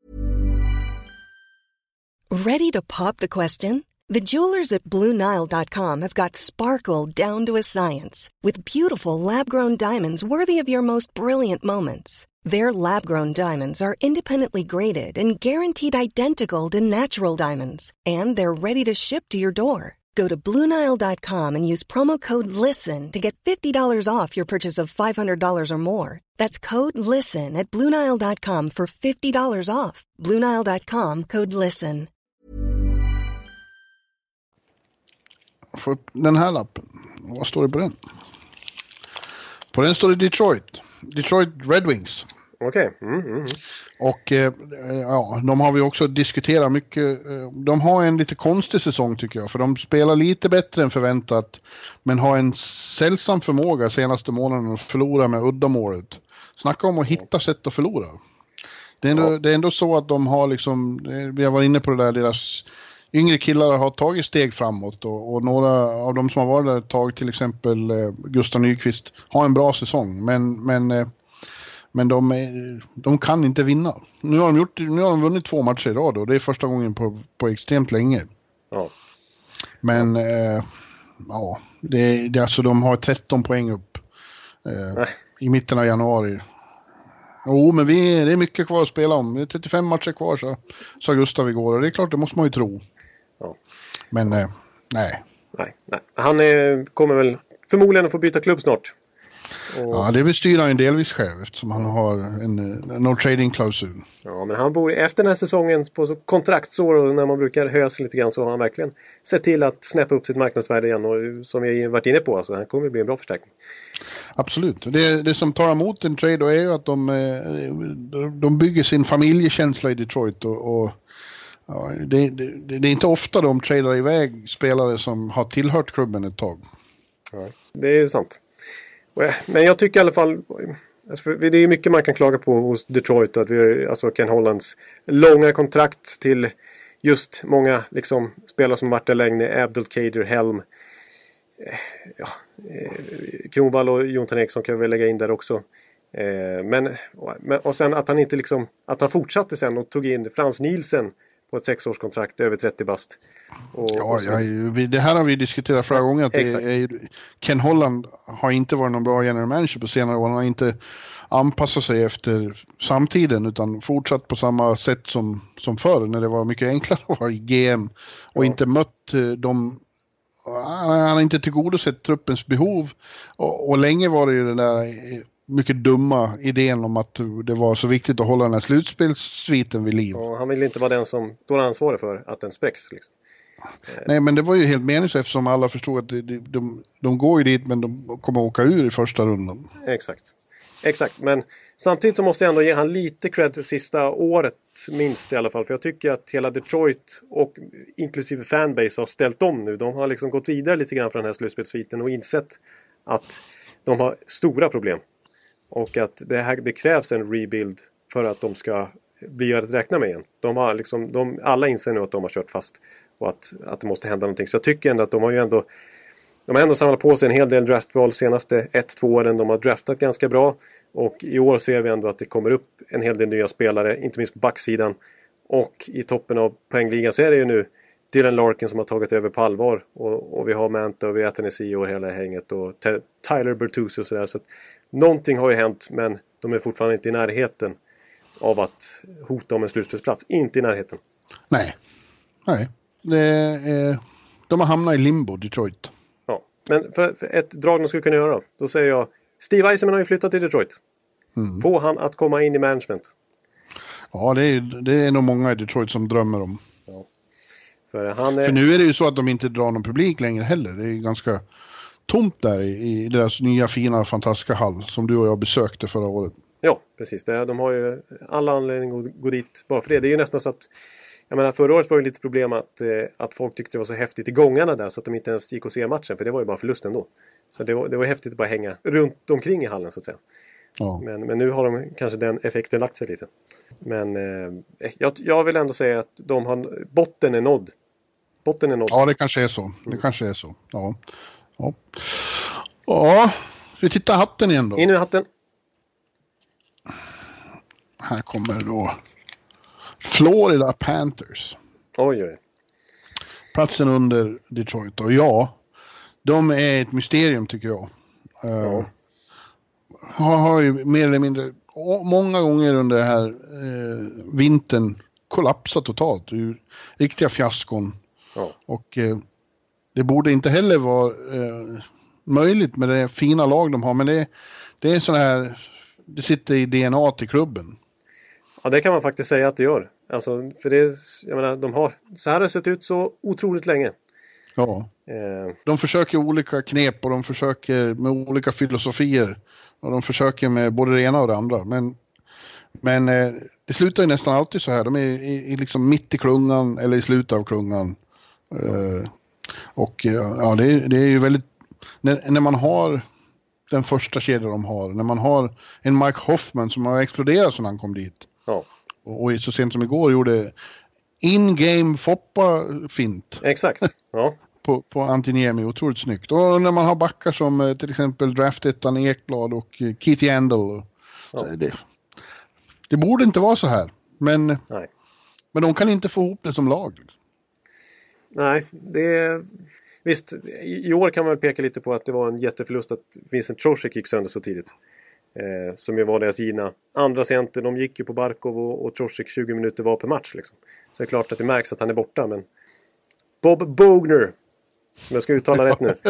Ready to pop the question? The jewelers at BlueNile.com have got sparkle down to a science with beautiful lab-grown diamonds worthy of your most brilliant moments. Their lab-grown diamonds are independently graded and guaranteed identical to natural diamonds, and they're ready to ship to your door. Go to BlueNile.com and use promo code LISTEN to get $50 off your purchase of $500 or more. That's code LISTEN at BlueNile.com for $50 off. BlueNile.com, code LISTEN. Få upp den här lappen. Vad står det på den? På den står det Detroit Red Wings. Okej. Och ja, de har vi också diskuterat mycket. De har en lite konstig säsong tycker jag. För de spelar lite bättre än förväntat. Men har en sällsam förmåga senaste månaden att förlora med uddamålet. Snacka om att hitta sätt att förlora. Det är ändå så att de har liksom, vi har varit inne på det där, deras yngre killar har tagit steg framåt. Och några av de som har varit där ett tag, till exempel Gustav Nyqvist, har en bra säsong. Men de kan inte vinna. Nu har de vunnit 2 matcher i rad och det är första gången på extremt länge. Ja. Men ja, det är alltså de har 13 poäng upp i mitten av januari. Men det är mycket kvar att spela om. Det är 35 matcher kvar, sa Gustav igår. Och det är klart, det måste man ju tro. Ja. Men nej. Han kommer väl förmodligen att få byta klubb snart. Ja, det bestyr han ju delvis själv eftersom han har en no trading-klausul. Ja, men han bor efter den här säsongen på kontraktsår och när man brukar höja sig lite grann så har han verkligen sett till att snäppa upp sitt marknadsvärde igen och som vi varit inne på, alltså han kommer att bli en bra förstärkning. Absolut. Det som tar emot en trade då är ju att de bygger sin familjekänsla i Detroit och ja, det är inte ofta de tradar iväg spelare som har tillhört klubben ett tag. Ja, det är ju sant. Men jag tycker i alla fall, alltså det är mycket man kan klaga på hos Detroit, att vi alltså Ken Hollands långa kontrakt till just många liksom spelare som varit där länge, Abdelkader, Helm, Kronwall och Jonathan Eriksson kan vi lägga in där också. Men och sen att han inte liksom, att han fortsatte sen och tog in Frans Nielsen på ett 6-årskontrakt över 30 bast. Det här har vi diskuterat flera gånger. Att Ken Holland har inte varit någon bra general manager på senare år. Han har inte anpassat sig efter samtiden utan fortsatt på samma sätt som förr när det var mycket enklare att vara i GM och inte mött dem. Han har inte tillgodosett truppens behov och länge var det ju den där mycket dumma idén om att det var så viktigt att hålla den här slutspelssviten vid liv. Och han vill inte vara den som då är ansvarig för att den spräcks. Liksom. Nej, men det var ju helt meningslöst eftersom alla förstod att de går ju dit men de kommer åka ur i första rundan. Exakt, men samtidigt så måste jag ändå ge han lite cred sista året minst i alla fall. För jag tycker att hela Detroit och inklusive fanbase har ställt om nu. De har liksom gått vidare lite grann från den här slutspelssviten och insett att de har stora problem. Och att det krävs en rebuild för att de ska bli att räkna med igen. Alla inser nu att de har kört fast och att det måste hända någonting. Så jag tycker ändå att de har ändå samlat på sig en hel del draftval senaste 1-2 åren. De har draftat ganska bra. Och i år ser vi ändå att det kommer upp en hel del nya spelare. Inte minst på backsidan. Och i toppen av poängligan så är det ju nu Dylan Larkin som har tagit över på allvar. Och vi har Manta och vi har Tennessee och hela hänget. Och Tyler Bertuzzi och sådär. Så att någonting har ju hänt men de är fortfarande inte i närheten av att hota om en slutspelsplats. Inte i närheten. Nej. De har hamnat i limbo, Detroit. Ja, men för ett drag de skulle kunna göra då säger jag, Steve Eisenman har ju flyttat till Detroit. Få han att komma in i management. Ja, det är nog många i Detroit som drömmer om. Ja. För nu är det ju så att de inte drar någon publik längre heller. Det är ganska tomt där i deras nya fina fantastiska hall som du och jag besökte förra året. Ja, precis. De har ju alla anledning att gå dit bara för det. Det är ju nästan så att jag menar, förra året var det lite problem att folk tyckte det var så häftigt i gångarna där så att de inte ens gick och se matchen för det var ju bara förlusten då. Så det var häftigt att bara hänga runt omkring i hallen så att säga. Ja. Men nu har de kanske den effekten lagt sig lite. Men jag vill ändå säga att botten är nådd. Botten är nådd. Ja, det kanske är så. Ja, vi tittar hatten igen då. In i hatten. Här kommer då Florida Panthers. Oj. Platsen under Detroit. Och ja, de är ett mysterium tycker jag. Har ju mer eller mindre många gånger under den här vintern kollapsat totalt. Riktiga fiaskon. Ja. Och det borde inte heller vara möjligt med det fina lag de har. Men det är sån här, det sitter i DNA till klubben. Ja, det kan man faktiskt säga att det gör. Alltså, för det, jag menar, så här har det sett ut så otroligt länge. Ja. De försöker olika knep och de försöker med olika filosofier. Och de försöker med både det ena och det andra. Men det slutar ju nästan alltid så här. De är liksom mitt i klungan eller i slutet av klungan. Och ja, det är ju väldigt... När man har den första kedjan de har. När man har en Mike Hoffman som har exploderat sedan han kom dit. Ja. Och så sent som igår gjorde in-game Foppa-fint. Exakt, ja. På Antiniemi, otroligt snyggt. Och när man har backar som till exempel draftettan Ekblad och Keith Yandel. Ja. Det borde inte vara så här. Men de kan inte få ihop det som lag. Nej, visst, i år kan man väl peka lite på att det var en jätteförlust att Vincent Trocheck gick sönder så tidigt. Som ju var deras givna andra center. De gick ju på Barkov och Trocheck 20 minuter var per match liksom. Så det är klart att det märks att han är borta, men Bob Bogner, som jag ska uttala rätt nu.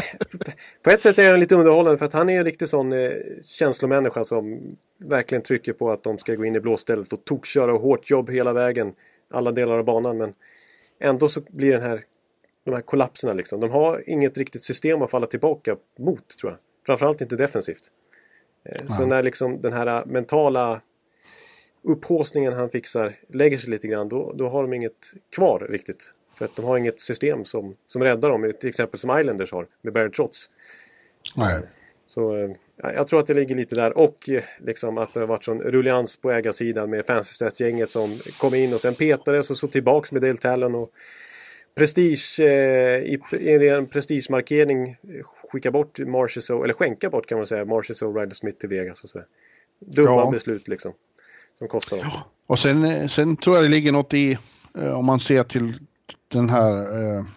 På ett sätt är han lite underhållande för att han är en riktig sån känslomänniska som verkligen trycker på att de ska gå in i blåstället och tokköra och hårt jobb hela vägen, alla delar av banan, men ändå så blir de här kollapserna liksom. De har inget riktigt system att falla tillbaka mot, tror jag. Framförallt inte defensivt. Så när liksom den här mentala upphåsningen han fixar lägger sig lite grann, då har de inget kvar riktigt. För att de har inget system som räddar dem, till exempel som Islanders har med Barry Trotz. Nej. Så jag tror att det ligger lite där. Och liksom att det har varit sån rullians på ägarsidan med Fantasy Stats-gänget som kom in och sen petades och så tillbaks med Dale Talon och prestige i en prestigemarkering skicka bort Marchessault, eller skänka bort kan man säga, Marchessault och Riley Smith till Vegas och sådär. Dumma beslut liksom som kostar dem. Ja. Och sen tror jag det ligger något i om man ser till den här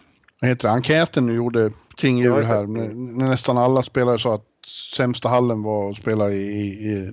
enkäten du gjorde kring jul här när nästan alla spelare sa att sämsta hallen var att spela i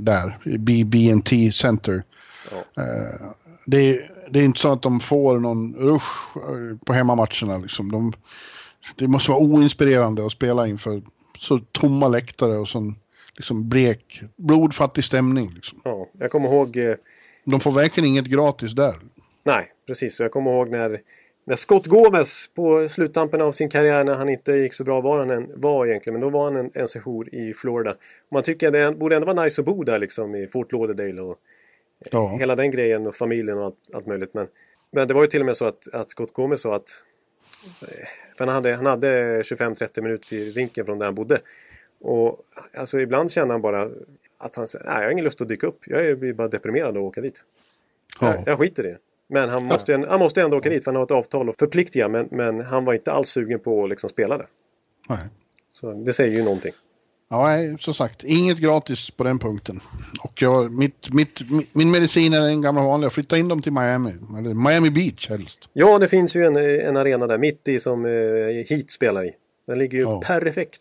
BB&T Center. Ja. Det är inte så att de får någon rush på hemmamatcherna liksom. Det måste vara oinspirerande att spela inför så tomma läktare och sån liksom blodfattig stämning liksom. Ja, jag kommer ihåg de får verkligen inget gratis där. Nej, precis. Så jag kommer ihåg när Scott Gomez på sluttampen av sin karriär, när han inte gick så bra var egentligen, men då var han en sejour i Florida. Och man tycker att det borde ändå vara nice att bo där liksom i Fort Lauderdale och hela den grejen och familjen och allt möjligt. Men det var ju till och med så att Scott Gomez sa att för han hade 25-30 minuter i rinken från där han bodde. Och alltså ibland känner han bara att han säger, nej, jag har ingen lust att dyka upp. Jag blir bara deprimerad och åka dit. Ja. Jag skiter i det. Men han måste ändå åka dit för han har ett avtal och förpliktiga. Men han var inte alls sugen på att liksom spela det. Nej. Så det säger ju någonting. Ja, som sagt, inget gratis på den punkten. Och min medicin är den gamla vanliga. Flytta in dem till Miami. Eller Miami Beach helst. Ja, det finns ju en arena där mitt i som Heat spelar i. Den ligger ju perfekt.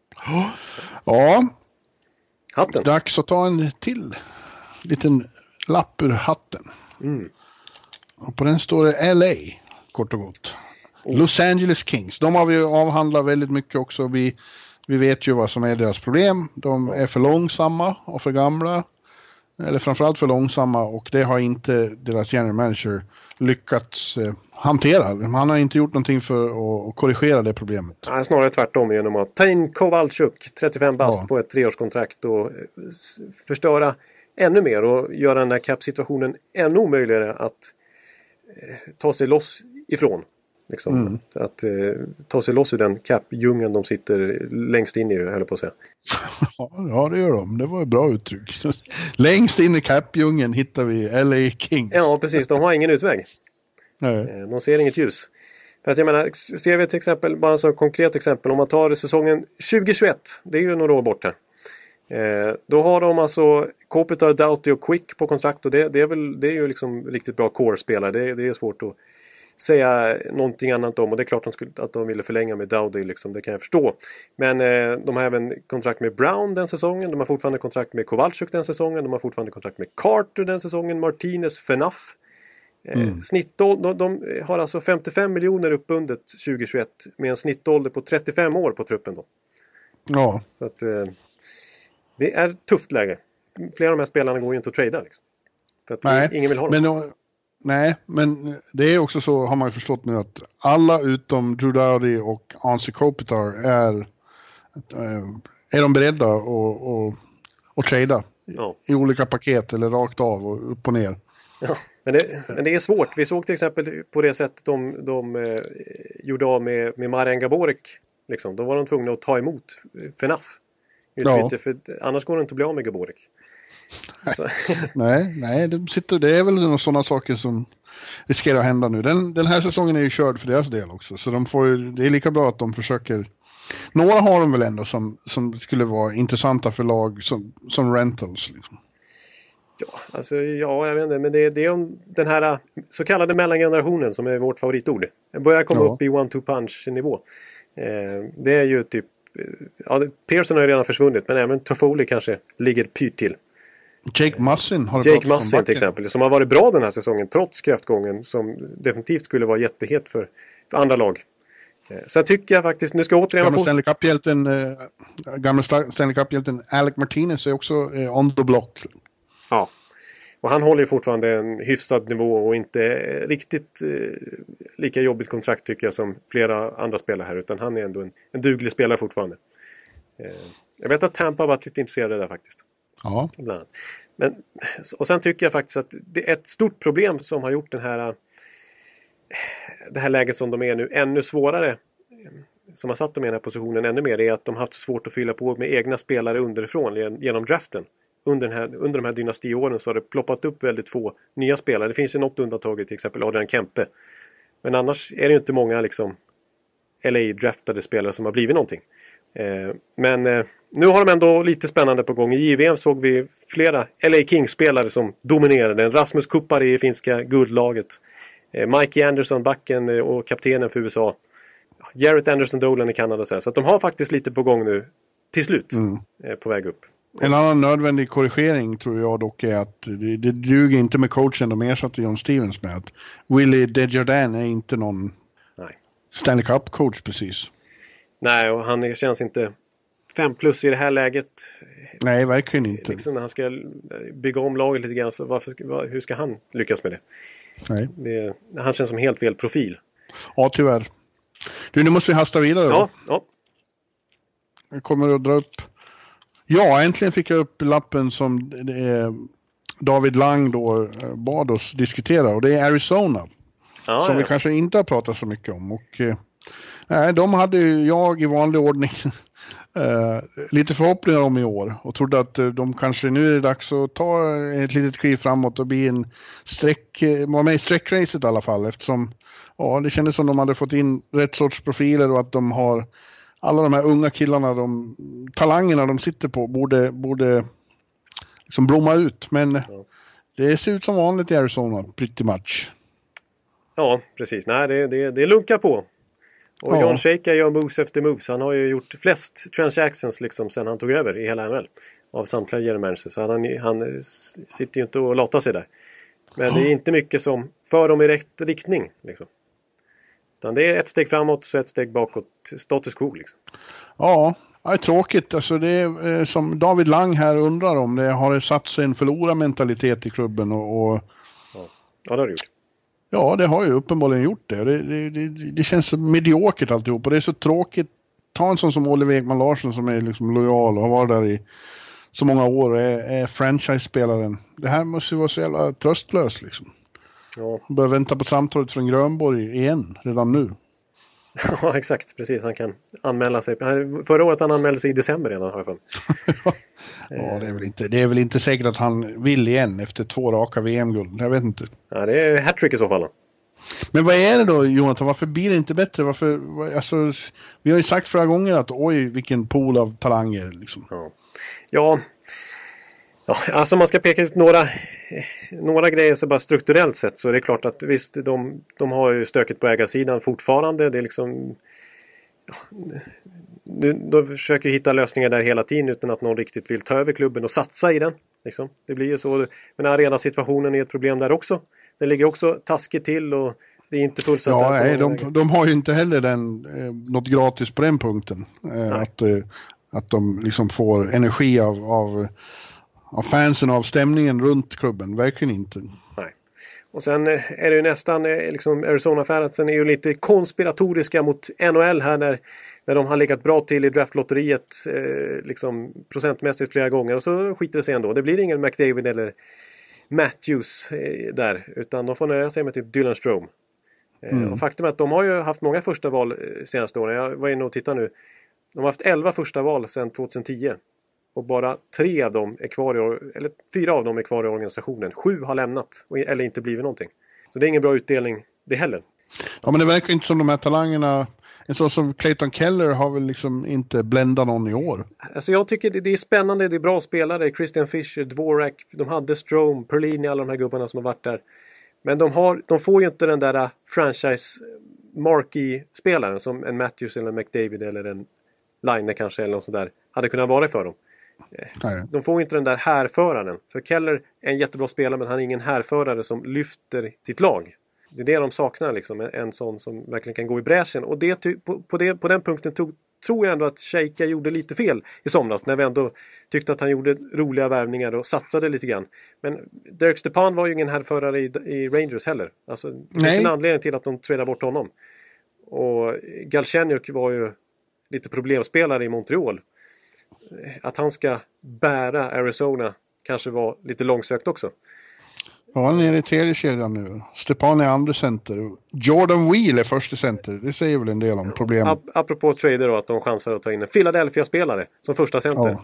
Ja. Hatten. Dags att ta en till liten lapp ur hatten. Mm. Och på den står det LA, kort och gott. Los Angeles Kings. De har vi avhandlat väldigt mycket också. Vi vet ju vad som är deras problem. De är för långsamma och för gamla. Eller framförallt för långsamma. Och det har inte deras general manager lyckats hantera. Han har inte gjort någonting för att korrigera det problemet. Ja, snarare tvärtom genom att ta in Kowalczyk, 35 bast på ett 3-årskontrakt och förstöra ännu mer och göra den här cap-situationen ännu omöjligare att ta sig loss ifrån. Liksom. Att ta sig loss ur den cap-djungeln de sitter längst in i, höll på att säga. Ja, det gör de. Det var ett bra uttryck. Längst in i cap-djungeln hittar vi LA Kings. Ja, precis. De har ingen utväg. Nej. De ser inget ljus. För att jag menar, ser vi ett exempel, bara så ett konkret exempel, om man tar säsongen 2021, det är ju några år bort här. Då har de alltså Kopitar, Doughty och Quick på kontrakt, och det är ju liksom riktigt bra core-spelare. Det är svårt att säga någonting annat om, och det är klart att de ville förlänga med Doughty liksom, det kan jag förstå. Men de har även kontrakt med Brown den säsongen, de har fortfarande kontrakt med Kowalczyk den säsongen, de har fortfarande kontrakt med Carter den säsongen, Martinez, Fenaf. Snittålder, de har alltså 55 miljoner uppbundet 2021 med en snittålder på 35 år på truppen då. Ja. Så att det är tufft läge. Flera av de här spelarna går ju inte att trada liksom. För att ingen vill ha dem. Men det är också så, har man ju förstått nu, att alla utom Drew Doughty och Anse Kopitar är de beredda att trada i olika paket eller rakt av och upp och ner. Ja, men det är svårt. Vi såg till exempel på det sätt de gjorde av med Marian Gaborik. Liksom. Då var de tvungna att ta emot Fenaf. För annars går det inte att bli av med Gaborik. Nej, det är väl några sådana saker som riskerar att hända nu. Den här säsongen är ju körd för deras del också. Så det är lika bra att de försöker. Några har de väl ändå som skulle vara intressanta för lag som rentals liksom. Jag vet inte, men det är om den här så kallade mellangenerationen som är vårt favoritord. Det börjar komma upp i 1-2 punch nivå. Det är ju typ Pearson har ju redan försvunnit, men även Toffoli kanske ligger pyrt till. Jake Mussin till exempel, som har varit bra den här säsongen trots kräftgången, som definitivt skulle vara jättehet för andra lag. Sen tycker jag faktiskt, nu ska jag återigen gamla Stanley Cup-hjälten Alec Martinez är också on the block. Ja, och han håller ju fortfarande en hyfsad nivå och inte riktigt lika jobbigt kontrakt tycker jag som flera andra spelare här, utan han är ändå en duglig spelare fortfarande. Jag vet att Tampa har varit lite intresserade där faktiskt. Ja. Bland annat. Men, och sen tycker jag faktiskt att det är ett stort problem som har gjort det här läget som de är nu ännu svårare, som har satt dem i den här positionen ännu mer, är att de har haft svårt att fylla på med egna spelare underifrån genom draften. Under de här dynastiåren så har det ploppat upp väldigt få nya spelare. Det finns ju något undantag, till exempel Adrian Kempe. Men annars är det ju inte många liksom LA-draftade spelare som har blivit någonting. Men nu har de ändå lite spännande på gång. I JVM såg vi flera LA Kings-spelare som dominerade. Rasmus Kupari i finska guldlaget. Mikey Anderson, backen och kaptenen för USA. Jarrett Anderson Dolan i Kanada. Så att de har faktiskt lite på gång nu till slut på väg upp. En annan nödvändig korrigering tror jag dock är att det duger inte med coachen de ersatte John Stevens med. Att Willie Desjardins är inte någon Stanley Cup-coach precis. Nej, och han känns inte 5+ i det här läget. Nej, verkligen inte. Liksom när han ska bygga om laget lite grann, så hur ska han lyckas med det? Nej. Han känns som helt fel profil. Ja, tyvärr. Nu måste vi hasta vidare. Ja. Jag kommer att dra upp. Ja, äntligen fick jag upp lappen som David Lang då bad oss diskutera, och det är Arizona. Som vi kanske inte har pratat så mycket om. Och de hade jag i vanlig ordning lite förhoppningar om i år, och trodde att de kanske nu är det dags att ta ett litet kliv framåt och bli vara med i sträckracet i alla fall, eftersom det kändes som de hade fått in rätt sorts profiler och att de har alla de här unga killarna, talangerna de sitter på borde liksom blomma ut, men det ser ut som vanligt i Arizona pretty much. Ja, precis. Nej, det lunkar på. Och John Shaker gör moves efter moves. Han har ju gjort flest transactions liksom sen han tog över i hela NHL av samtliga general managers. Så han sitter ju inte och latar sig där. Men det är inte mycket som för dem i rätt riktning liksom. Utan det är ett steg framåt så ett steg bakåt. Status quo liksom. Ja, det är tråkigt. Alltså det är, som David Lang här undrar om, det har satt sig en förlorarmentalitet i klubben och Ja, det har det gjort. Ja, det har ju uppenbarligen gjort det. Det känns så mediokert alltihop. Och det är så tråkigt. Ta en sån som Oliver Ekman Larsson som är liksom lojal och har varit där i så många år och är franchise-spelaren. Det här måste ju vara så jävla tröstlöst liksom. Ja. Börjar vänta på samtalet från Grönborg igen redan nu. Ja, exakt. Precis. Han kan anmäla sig. Förra året han anmälde sig i december redan, har jag för mig. Ja, det är väl inte säkert att han vill igen efter 2 raka VM-guld. Jag vet inte. Ja, det är hattrick i så fall. Men vad är det då, Jonathan? Varför blir det inte bättre? Alltså, vi har ju sagt flera gånger att oj, vilken pool av talanger. Liksom. Ja, alltså man ska peka ut några grejer så bara strukturellt sett, så är det klart att visst, de har ju stöket på ägarsidan fortfarande. Det är liksom... De försöker hitta lösningar där hela tiden utan att någon riktigt vill ta över klubben och satsa i den. Liksom. Det blir ju så. Men arenasituationen är ett problem där också. Den ligger också taskigt till och det är inte fullsatt. Ja, nej, de har ju inte heller något gratis på den punkten. Att de liksom får energi av fansen, av stämningen runt klubben. Verkligen inte. Nej. Och sen är det ju nästan liksom Arizona-fansen är ju lite konspiratoriska mot NHL här när de har legat bra till i draftlotteriet liksom procentmässigt flera gånger, och så skiter det sig ändå. Det blir ingen McDavid eller Matthews där, utan de får nöja sig med typ Dylan Strome. Och faktum är att de har ju haft många första val senaste åren. Jag var inne och tittade nu. De har haft 11 första val sedan 2010. Och bara 3 av dem är kvar eller 4 av dem är kvar i organisationen. 7 har lämnat eller inte blivit någonting. Så det är ingen bra utdelning det heller. Ja, men det verkar inte som de här talangerna. En sån som Clayton Keller har väl liksom inte bländat någon i år. Alltså jag tycker det är spännande, det är bra spelare. Christian Fischer, Dvorak, de hade Strome, Perlini, alla de här gubbarna som har varit där. Men de får ju inte den där franchise marquee-spelaren som en Matthews eller en McDavid eller en Line kanske eller något sådär hade kunnat vara för dem. Nej. De får inte den där härföraren. För Keller är en jättebra spelare, men han är ingen härförare som lyfter sitt lag. Det är det de saknar liksom, en sån som verkligen kan gå i bräschen. Och det, på den punkten tror jag ändå att Sheika gjorde lite fel i somras, när vi ändå tyckte att han gjorde roliga värvningar och satsade lite grann. Men Derek Stepan var ju ingen härförare i Rangers heller. Alltså, det finns en anledning till att de tradade bort honom. Och Galchenyuk var ju lite problemspelare i Montreal. Att han ska bära Arizona kanske var lite långsökt också. Ja, han är i tredje kedjan nu. Stepan är andra center. Jordan Wheel är första center. Det säger väl en del om problemet. Apropå trader då, att de chansar att ta in en Philadelphia-spelare som första center.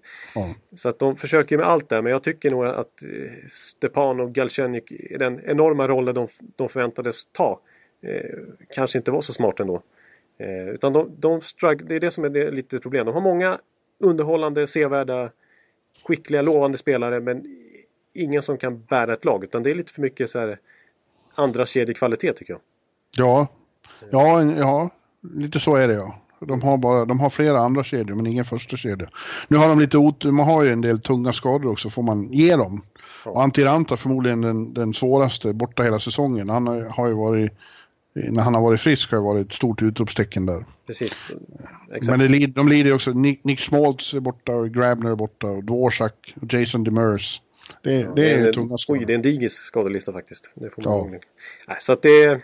Så att de försöker med allt där. Men jag tycker nog att Stepan och Galchenyuk, den enorma rollen de förväntades ta, kanske inte var så smart ändå. Utan det är det som är lite problem. De har många underhållande, sevärda, skickliga, lovande spelare, men ingen som kan bära ett lag, utan det är lite för mycket så här andra kedjekvalitet tycker jag. Ja, lite så är det ja. De har flera andra kedjor men ingen första kedja. Nu har de lite man har ju en del tunga skador också, får man ge dem. Ja. Och Antiranta förmodligen den svåraste borta hela säsongen. Han har ju varit, när han har varit frisk har det varit ett stort utropstecken där. Precis. Exakt. Men de lider också. Nick Schmaltz är borta och Grabner är borta och Dvorak och Jason Demers. Det är tunga skador. Oj, det är en digis skadelista faktiskt. Det får man Nej, så att det...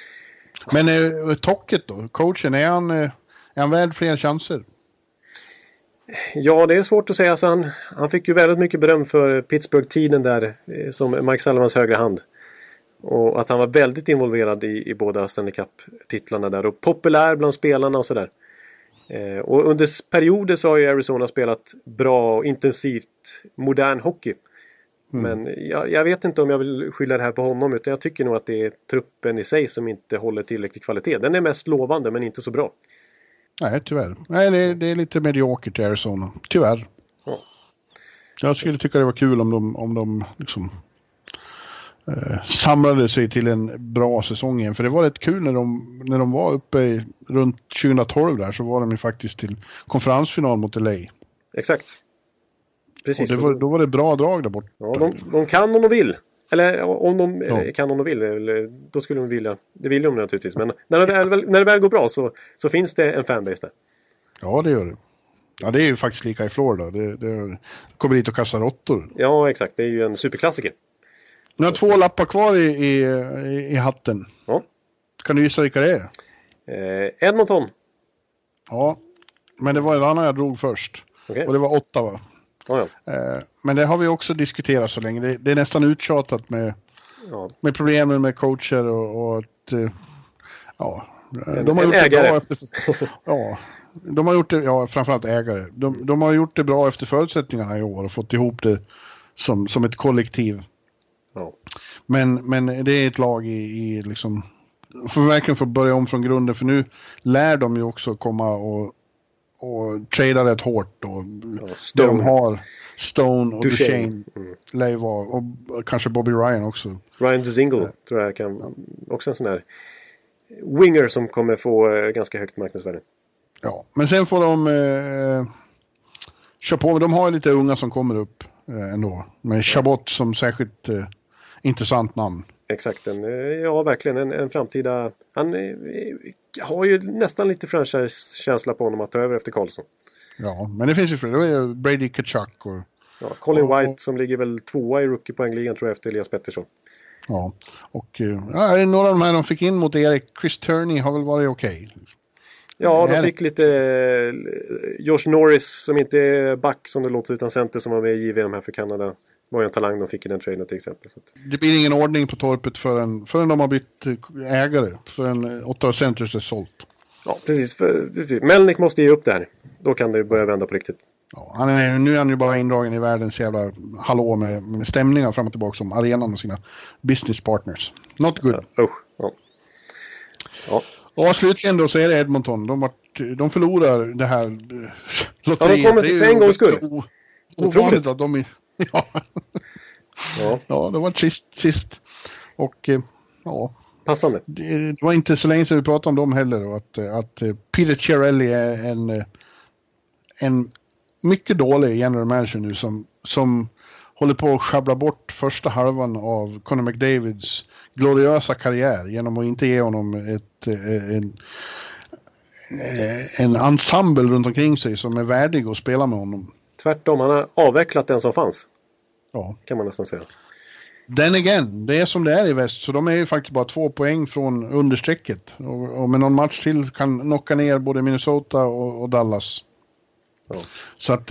Men Tocket då? Coachen, är han värd fler chanser? Ja, det är svårt att säga. Alltså han fick ju väldigt mycket beröm för Pittsburgh-tiden där som Mike Sullivans högra hand. Och att han var väldigt involverad i båda Stanley Cup-titlarna där. Och populär bland spelarna och sådär. Och under perioder så har ju Arizona spelat bra och intensivt modern hockey. Men jag vet inte om jag vill skylla det här på honom, utan jag tycker nog att det är truppen i sig som inte håller tillräcklig kvalitet. Den är mest lovande men inte så bra. Nej, tyvärr. Nej, det är lite mediokert i Arizona. Tyvärr. Ja. Jag skulle tycka det var kul om de liksom samlade sig till en bra säsong igen. För det var rätt kul när de var uppe runt 2012 där, så var de ju faktiskt till konferensfinal mot LA. Exakt. Precis. Och då var det bra drag där borta. Ja, de kan om de vill. Eller om de kan om de vill. Då skulle de vilja. Det vill de naturligtvis. Men när det väl går bra så finns det en fanbase där. Ja, det gör det. Ja, det är ju faktiskt lika i Florida. Det kommer dit och kastar råttor. Ja, exakt. Det är ju en superklassiker. Nu har 2 lappar kvar i hatten. Ja. Kan du gissa vilka det är? Edmonton. Ja, men det var en annan jag drog först. Okay. Och det var 8 va? Ja. Men det har vi också diskuterat så länge. Det är nästan uttjatat med problemen med coacher och att De har gjort det bra efter... Ja, de har gjort det, framförallt ägare. De har gjort det bra efter förutsättningarna i år och fått ihop det som ett kollektiv. Ja. Men det är ett lag i liksom... Får verkligen få börja om från grunden, för nu lär de ju också komma och trada rätt hårt och de har Stone och Duchesne lär ju vara, och kanske Bobby Ryan också. Ryan Dzingel tror jag kan också en sån här winger som kommer få ganska högt marknadsvärde. Ja, men sen får de köra på, de har lite unga som kommer upp ändå, med Chabot som särskilt intressant namn. Exakt, verkligen en framtida... Han har ju nästan lite franchise-känsla på honom att ta över efter Karlsson. Ja, men det finns ju fler. Det är Brady Tkachuk och... Ja, Colin White som ligger väl 2 i rookie-poängligan tror jag efter Elias Pettersson. Ja, och några av de här de fick in mot Erik. Chris Turney har väl varit okej. Ja, de fick lite Josh Norris som inte är back som det låter utan center som var med i JVM här för Kanada. Var ju en talang de fick i den traden till exempel. Så att... Det blir ingen ordning på torpet förrän de har bytt ägare. Förrän 8 centers är sålt. Ja, precis. Melnick måste ge upp där. Då kan det börja vända på riktigt. Ja, nu är han ju bara indragen i världens jävla hallå med stämningar fram och tillbaka som arenan och sina business partners. Not good. Ja. Och slutligen då så är det Edmonton. De förlorar det här lotteriet. Ja, de kommer för en gångs skull. Ovanligt att de... Ja, det var sist. Och passande. Det var inte så länge sedan vi pratade om dem heller. Och att Peter Chiarelli är en mycket dålig general manager nu som håller på att schabbla bort första halvan av Connor McDavids gloriösa karriär genom att inte ge honom en ensemble runt omkring sig som är värdig att spela med honom. Tvärtom, han har avvecklat den som fanns. Ja. Kan man nästan säga. Den igen, det är som det är i väst. Så de är ju faktiskt bara 2 poäng från understrecket. Och med någon match till kan knocka ner både Minnesota och Dallas. Ja. Så att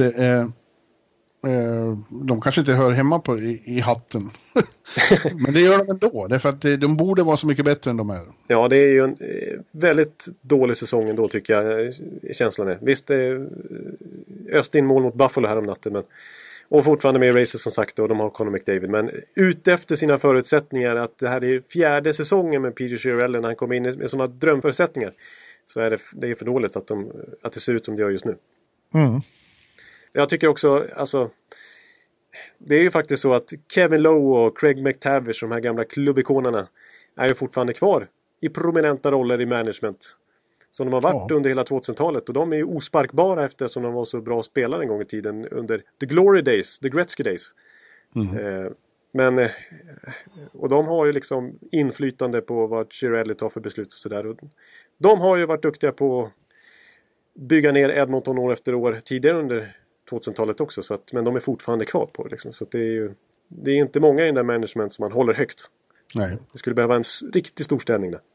de kanske inte hör hemma i hatten. Men det gör de ändå. Därför att de borde vara så mycket bättre än de är. Ja, det är ju en väldigt dålig säsong ändå tycker jag. Känslan är. Visst, öst in mål mot Buffalo här om natten. Men, och fortfarande med i racet som sagt. Och de har Connor McDavid. Men ut efter sina förutsättningar. Att det här är 4:e säsongen med Peter Chiarelli. När han kommer in med sådana drömförutsättningar. Så är det är för dåligt att det ser ut som det gör just nu. Mm. Jag tycker också, alltså, det är ju faktiskt så att Kevin Lowe och Craig McTavish, de här gamla klubbikonerna, är ju fortfarande kvar i prominenta roller i management. Som de har varit under hela 2000-talet. Och de är ju osparkbara eftersom de var så bra spelare en gång i tiden under the glory days, the Gretzky days. Mm. Och de har ju liksom inflytande på vad Chiarelli tar för beslut och sådär. De har ju varit duktiga på att bygga ner Edmonton år efter år tidigare under 2000-talet också. Så att, men de är fortfarande kvar på det. Liksom. Så att det är inte många i den där management som man håller högt. Nej. Det skulle behöva en riktigt stor ställning där.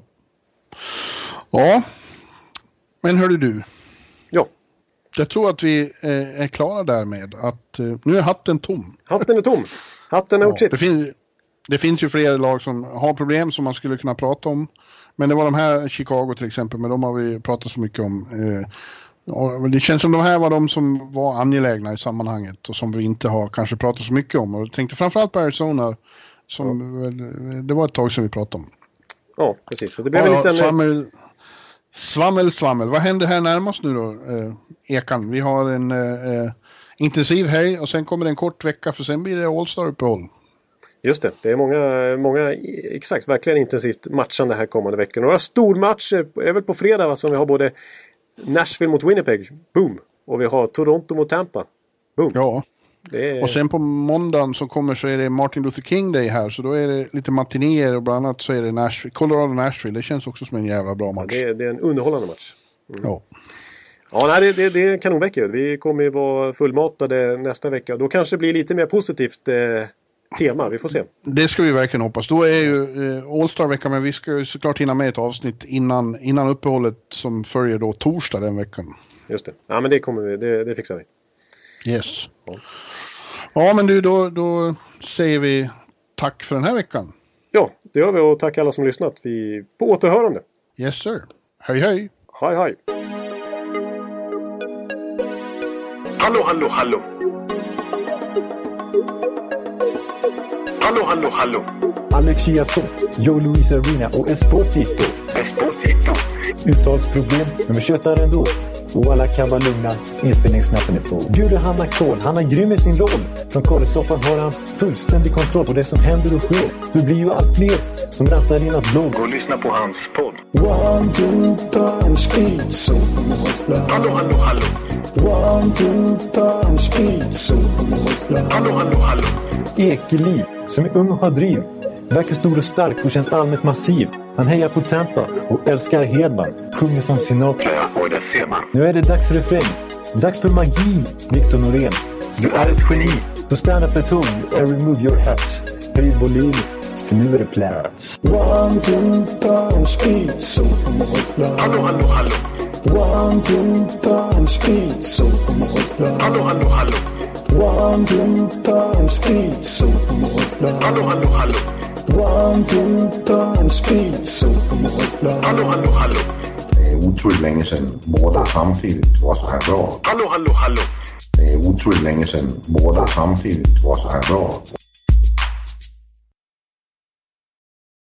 Ja. Men hörde du. Ja. Jag tror att vi är klara där med att nu är hatten tom. Hatten är tom. Hatten är gjort sitt. Det finns ju flera lag som har problem som man skulle kunna prata om. Men det var de här, Chicago till exempel, men de har vi pratat så mycket om. Det känns som de här var de som var angelägna i sammanhanget och som vi inte har kanske pratat så mycket om. Och jag tänkte framförallt på Arizona, det var ett tag sedan vi pratade om. Ja, precis. Så det blev en liten... Svammel. Vad händer här närmast nu då, Ekan? Vi har en intensiv helg och sen kommer det en kort vecka för sen blir det All-Star-uppehåll. Just det, det är många exakt, verkligen intensivt matchande här kommande veckan. Några stormatcher, är väl på fredag som vi har både Nashville mot Winnipeg, boom. Och vi har Toronto mot Tampa, boom. Ja, och sen på måndagen som kommer så är det Martin Luther King Day här. Så då är det lite matinéer och bland annat så är det Colorado-Nashville. Det känns också som en jävla bra match. Ja, det är en underhållande match. Mm. Ja. Ja, nej, det är en kanonvecka. Vi kommer ju vara fullmatade nästa vecka. Då kanske det blir lite mer positivt tema. Vi får se. Det ska vi verkligen hoppas. Då är ju All-Star-vecka, men vi ska ju såklart hinna med ett avsnitt innan uppehållet som följer då torsdag den veckan. Just det. Ja, men det kommer vi. Det fixar vi. Yes. Ja, men du, då säger vi tack för den här veckan. Ja, det gör vi och tack alla som lyssnat. Vi på återhörande. Yes sir. Hej hej. Hej hej. Hallå, hallå, hallå. Hallå, hallå, hallå. Alex Chiazot, Joe Luis Arena och Esposito. Esposito. Uttalsproblem, men vi tjötar ändå. Och alla kan vara lugna, inspelningsknappen är på. Bjuder Hanna Kohl, han är grym i sin roll. Från Kållesoffan har han fullständig kontroll på det som händer och sker. Det blir ju allt fler som rattar in hans blogg. Gå och lyssna på hans podd. 1, 2, punch, speed, so. Hallå, hallå, hallå. 1, 2, punch, speed, so. Hallå, hallå, hallå. Ekeliv, som är ung och har driv. Verkar stor och stark och känns allmänt massiv. Han hejar på Tampa och älskar Hedman. Sjunger som Sinatra. Ja, och det ser man. Nu är det dags för refräng. Dags för magi, Victor Norén. Du är ett geni. Så stand up at home and remove your hats. Höj volym, för nu är det plats. 1, 2, punch, speed, so. Hallå, hallå, hallå. 1, 2, punch, speed, so. Hallå, hallå, hallå. 1, 2, punch, speed, so. Hallå, hallå, hallå. 1, 2, punch, speed, so. Hallå, hallå, hallå. Det är otroligt länge sedan båda samtidigt var så här bra. Hallå, hallå, hallå. Det är otroligt länge sedan båda samtidigt var så här bra.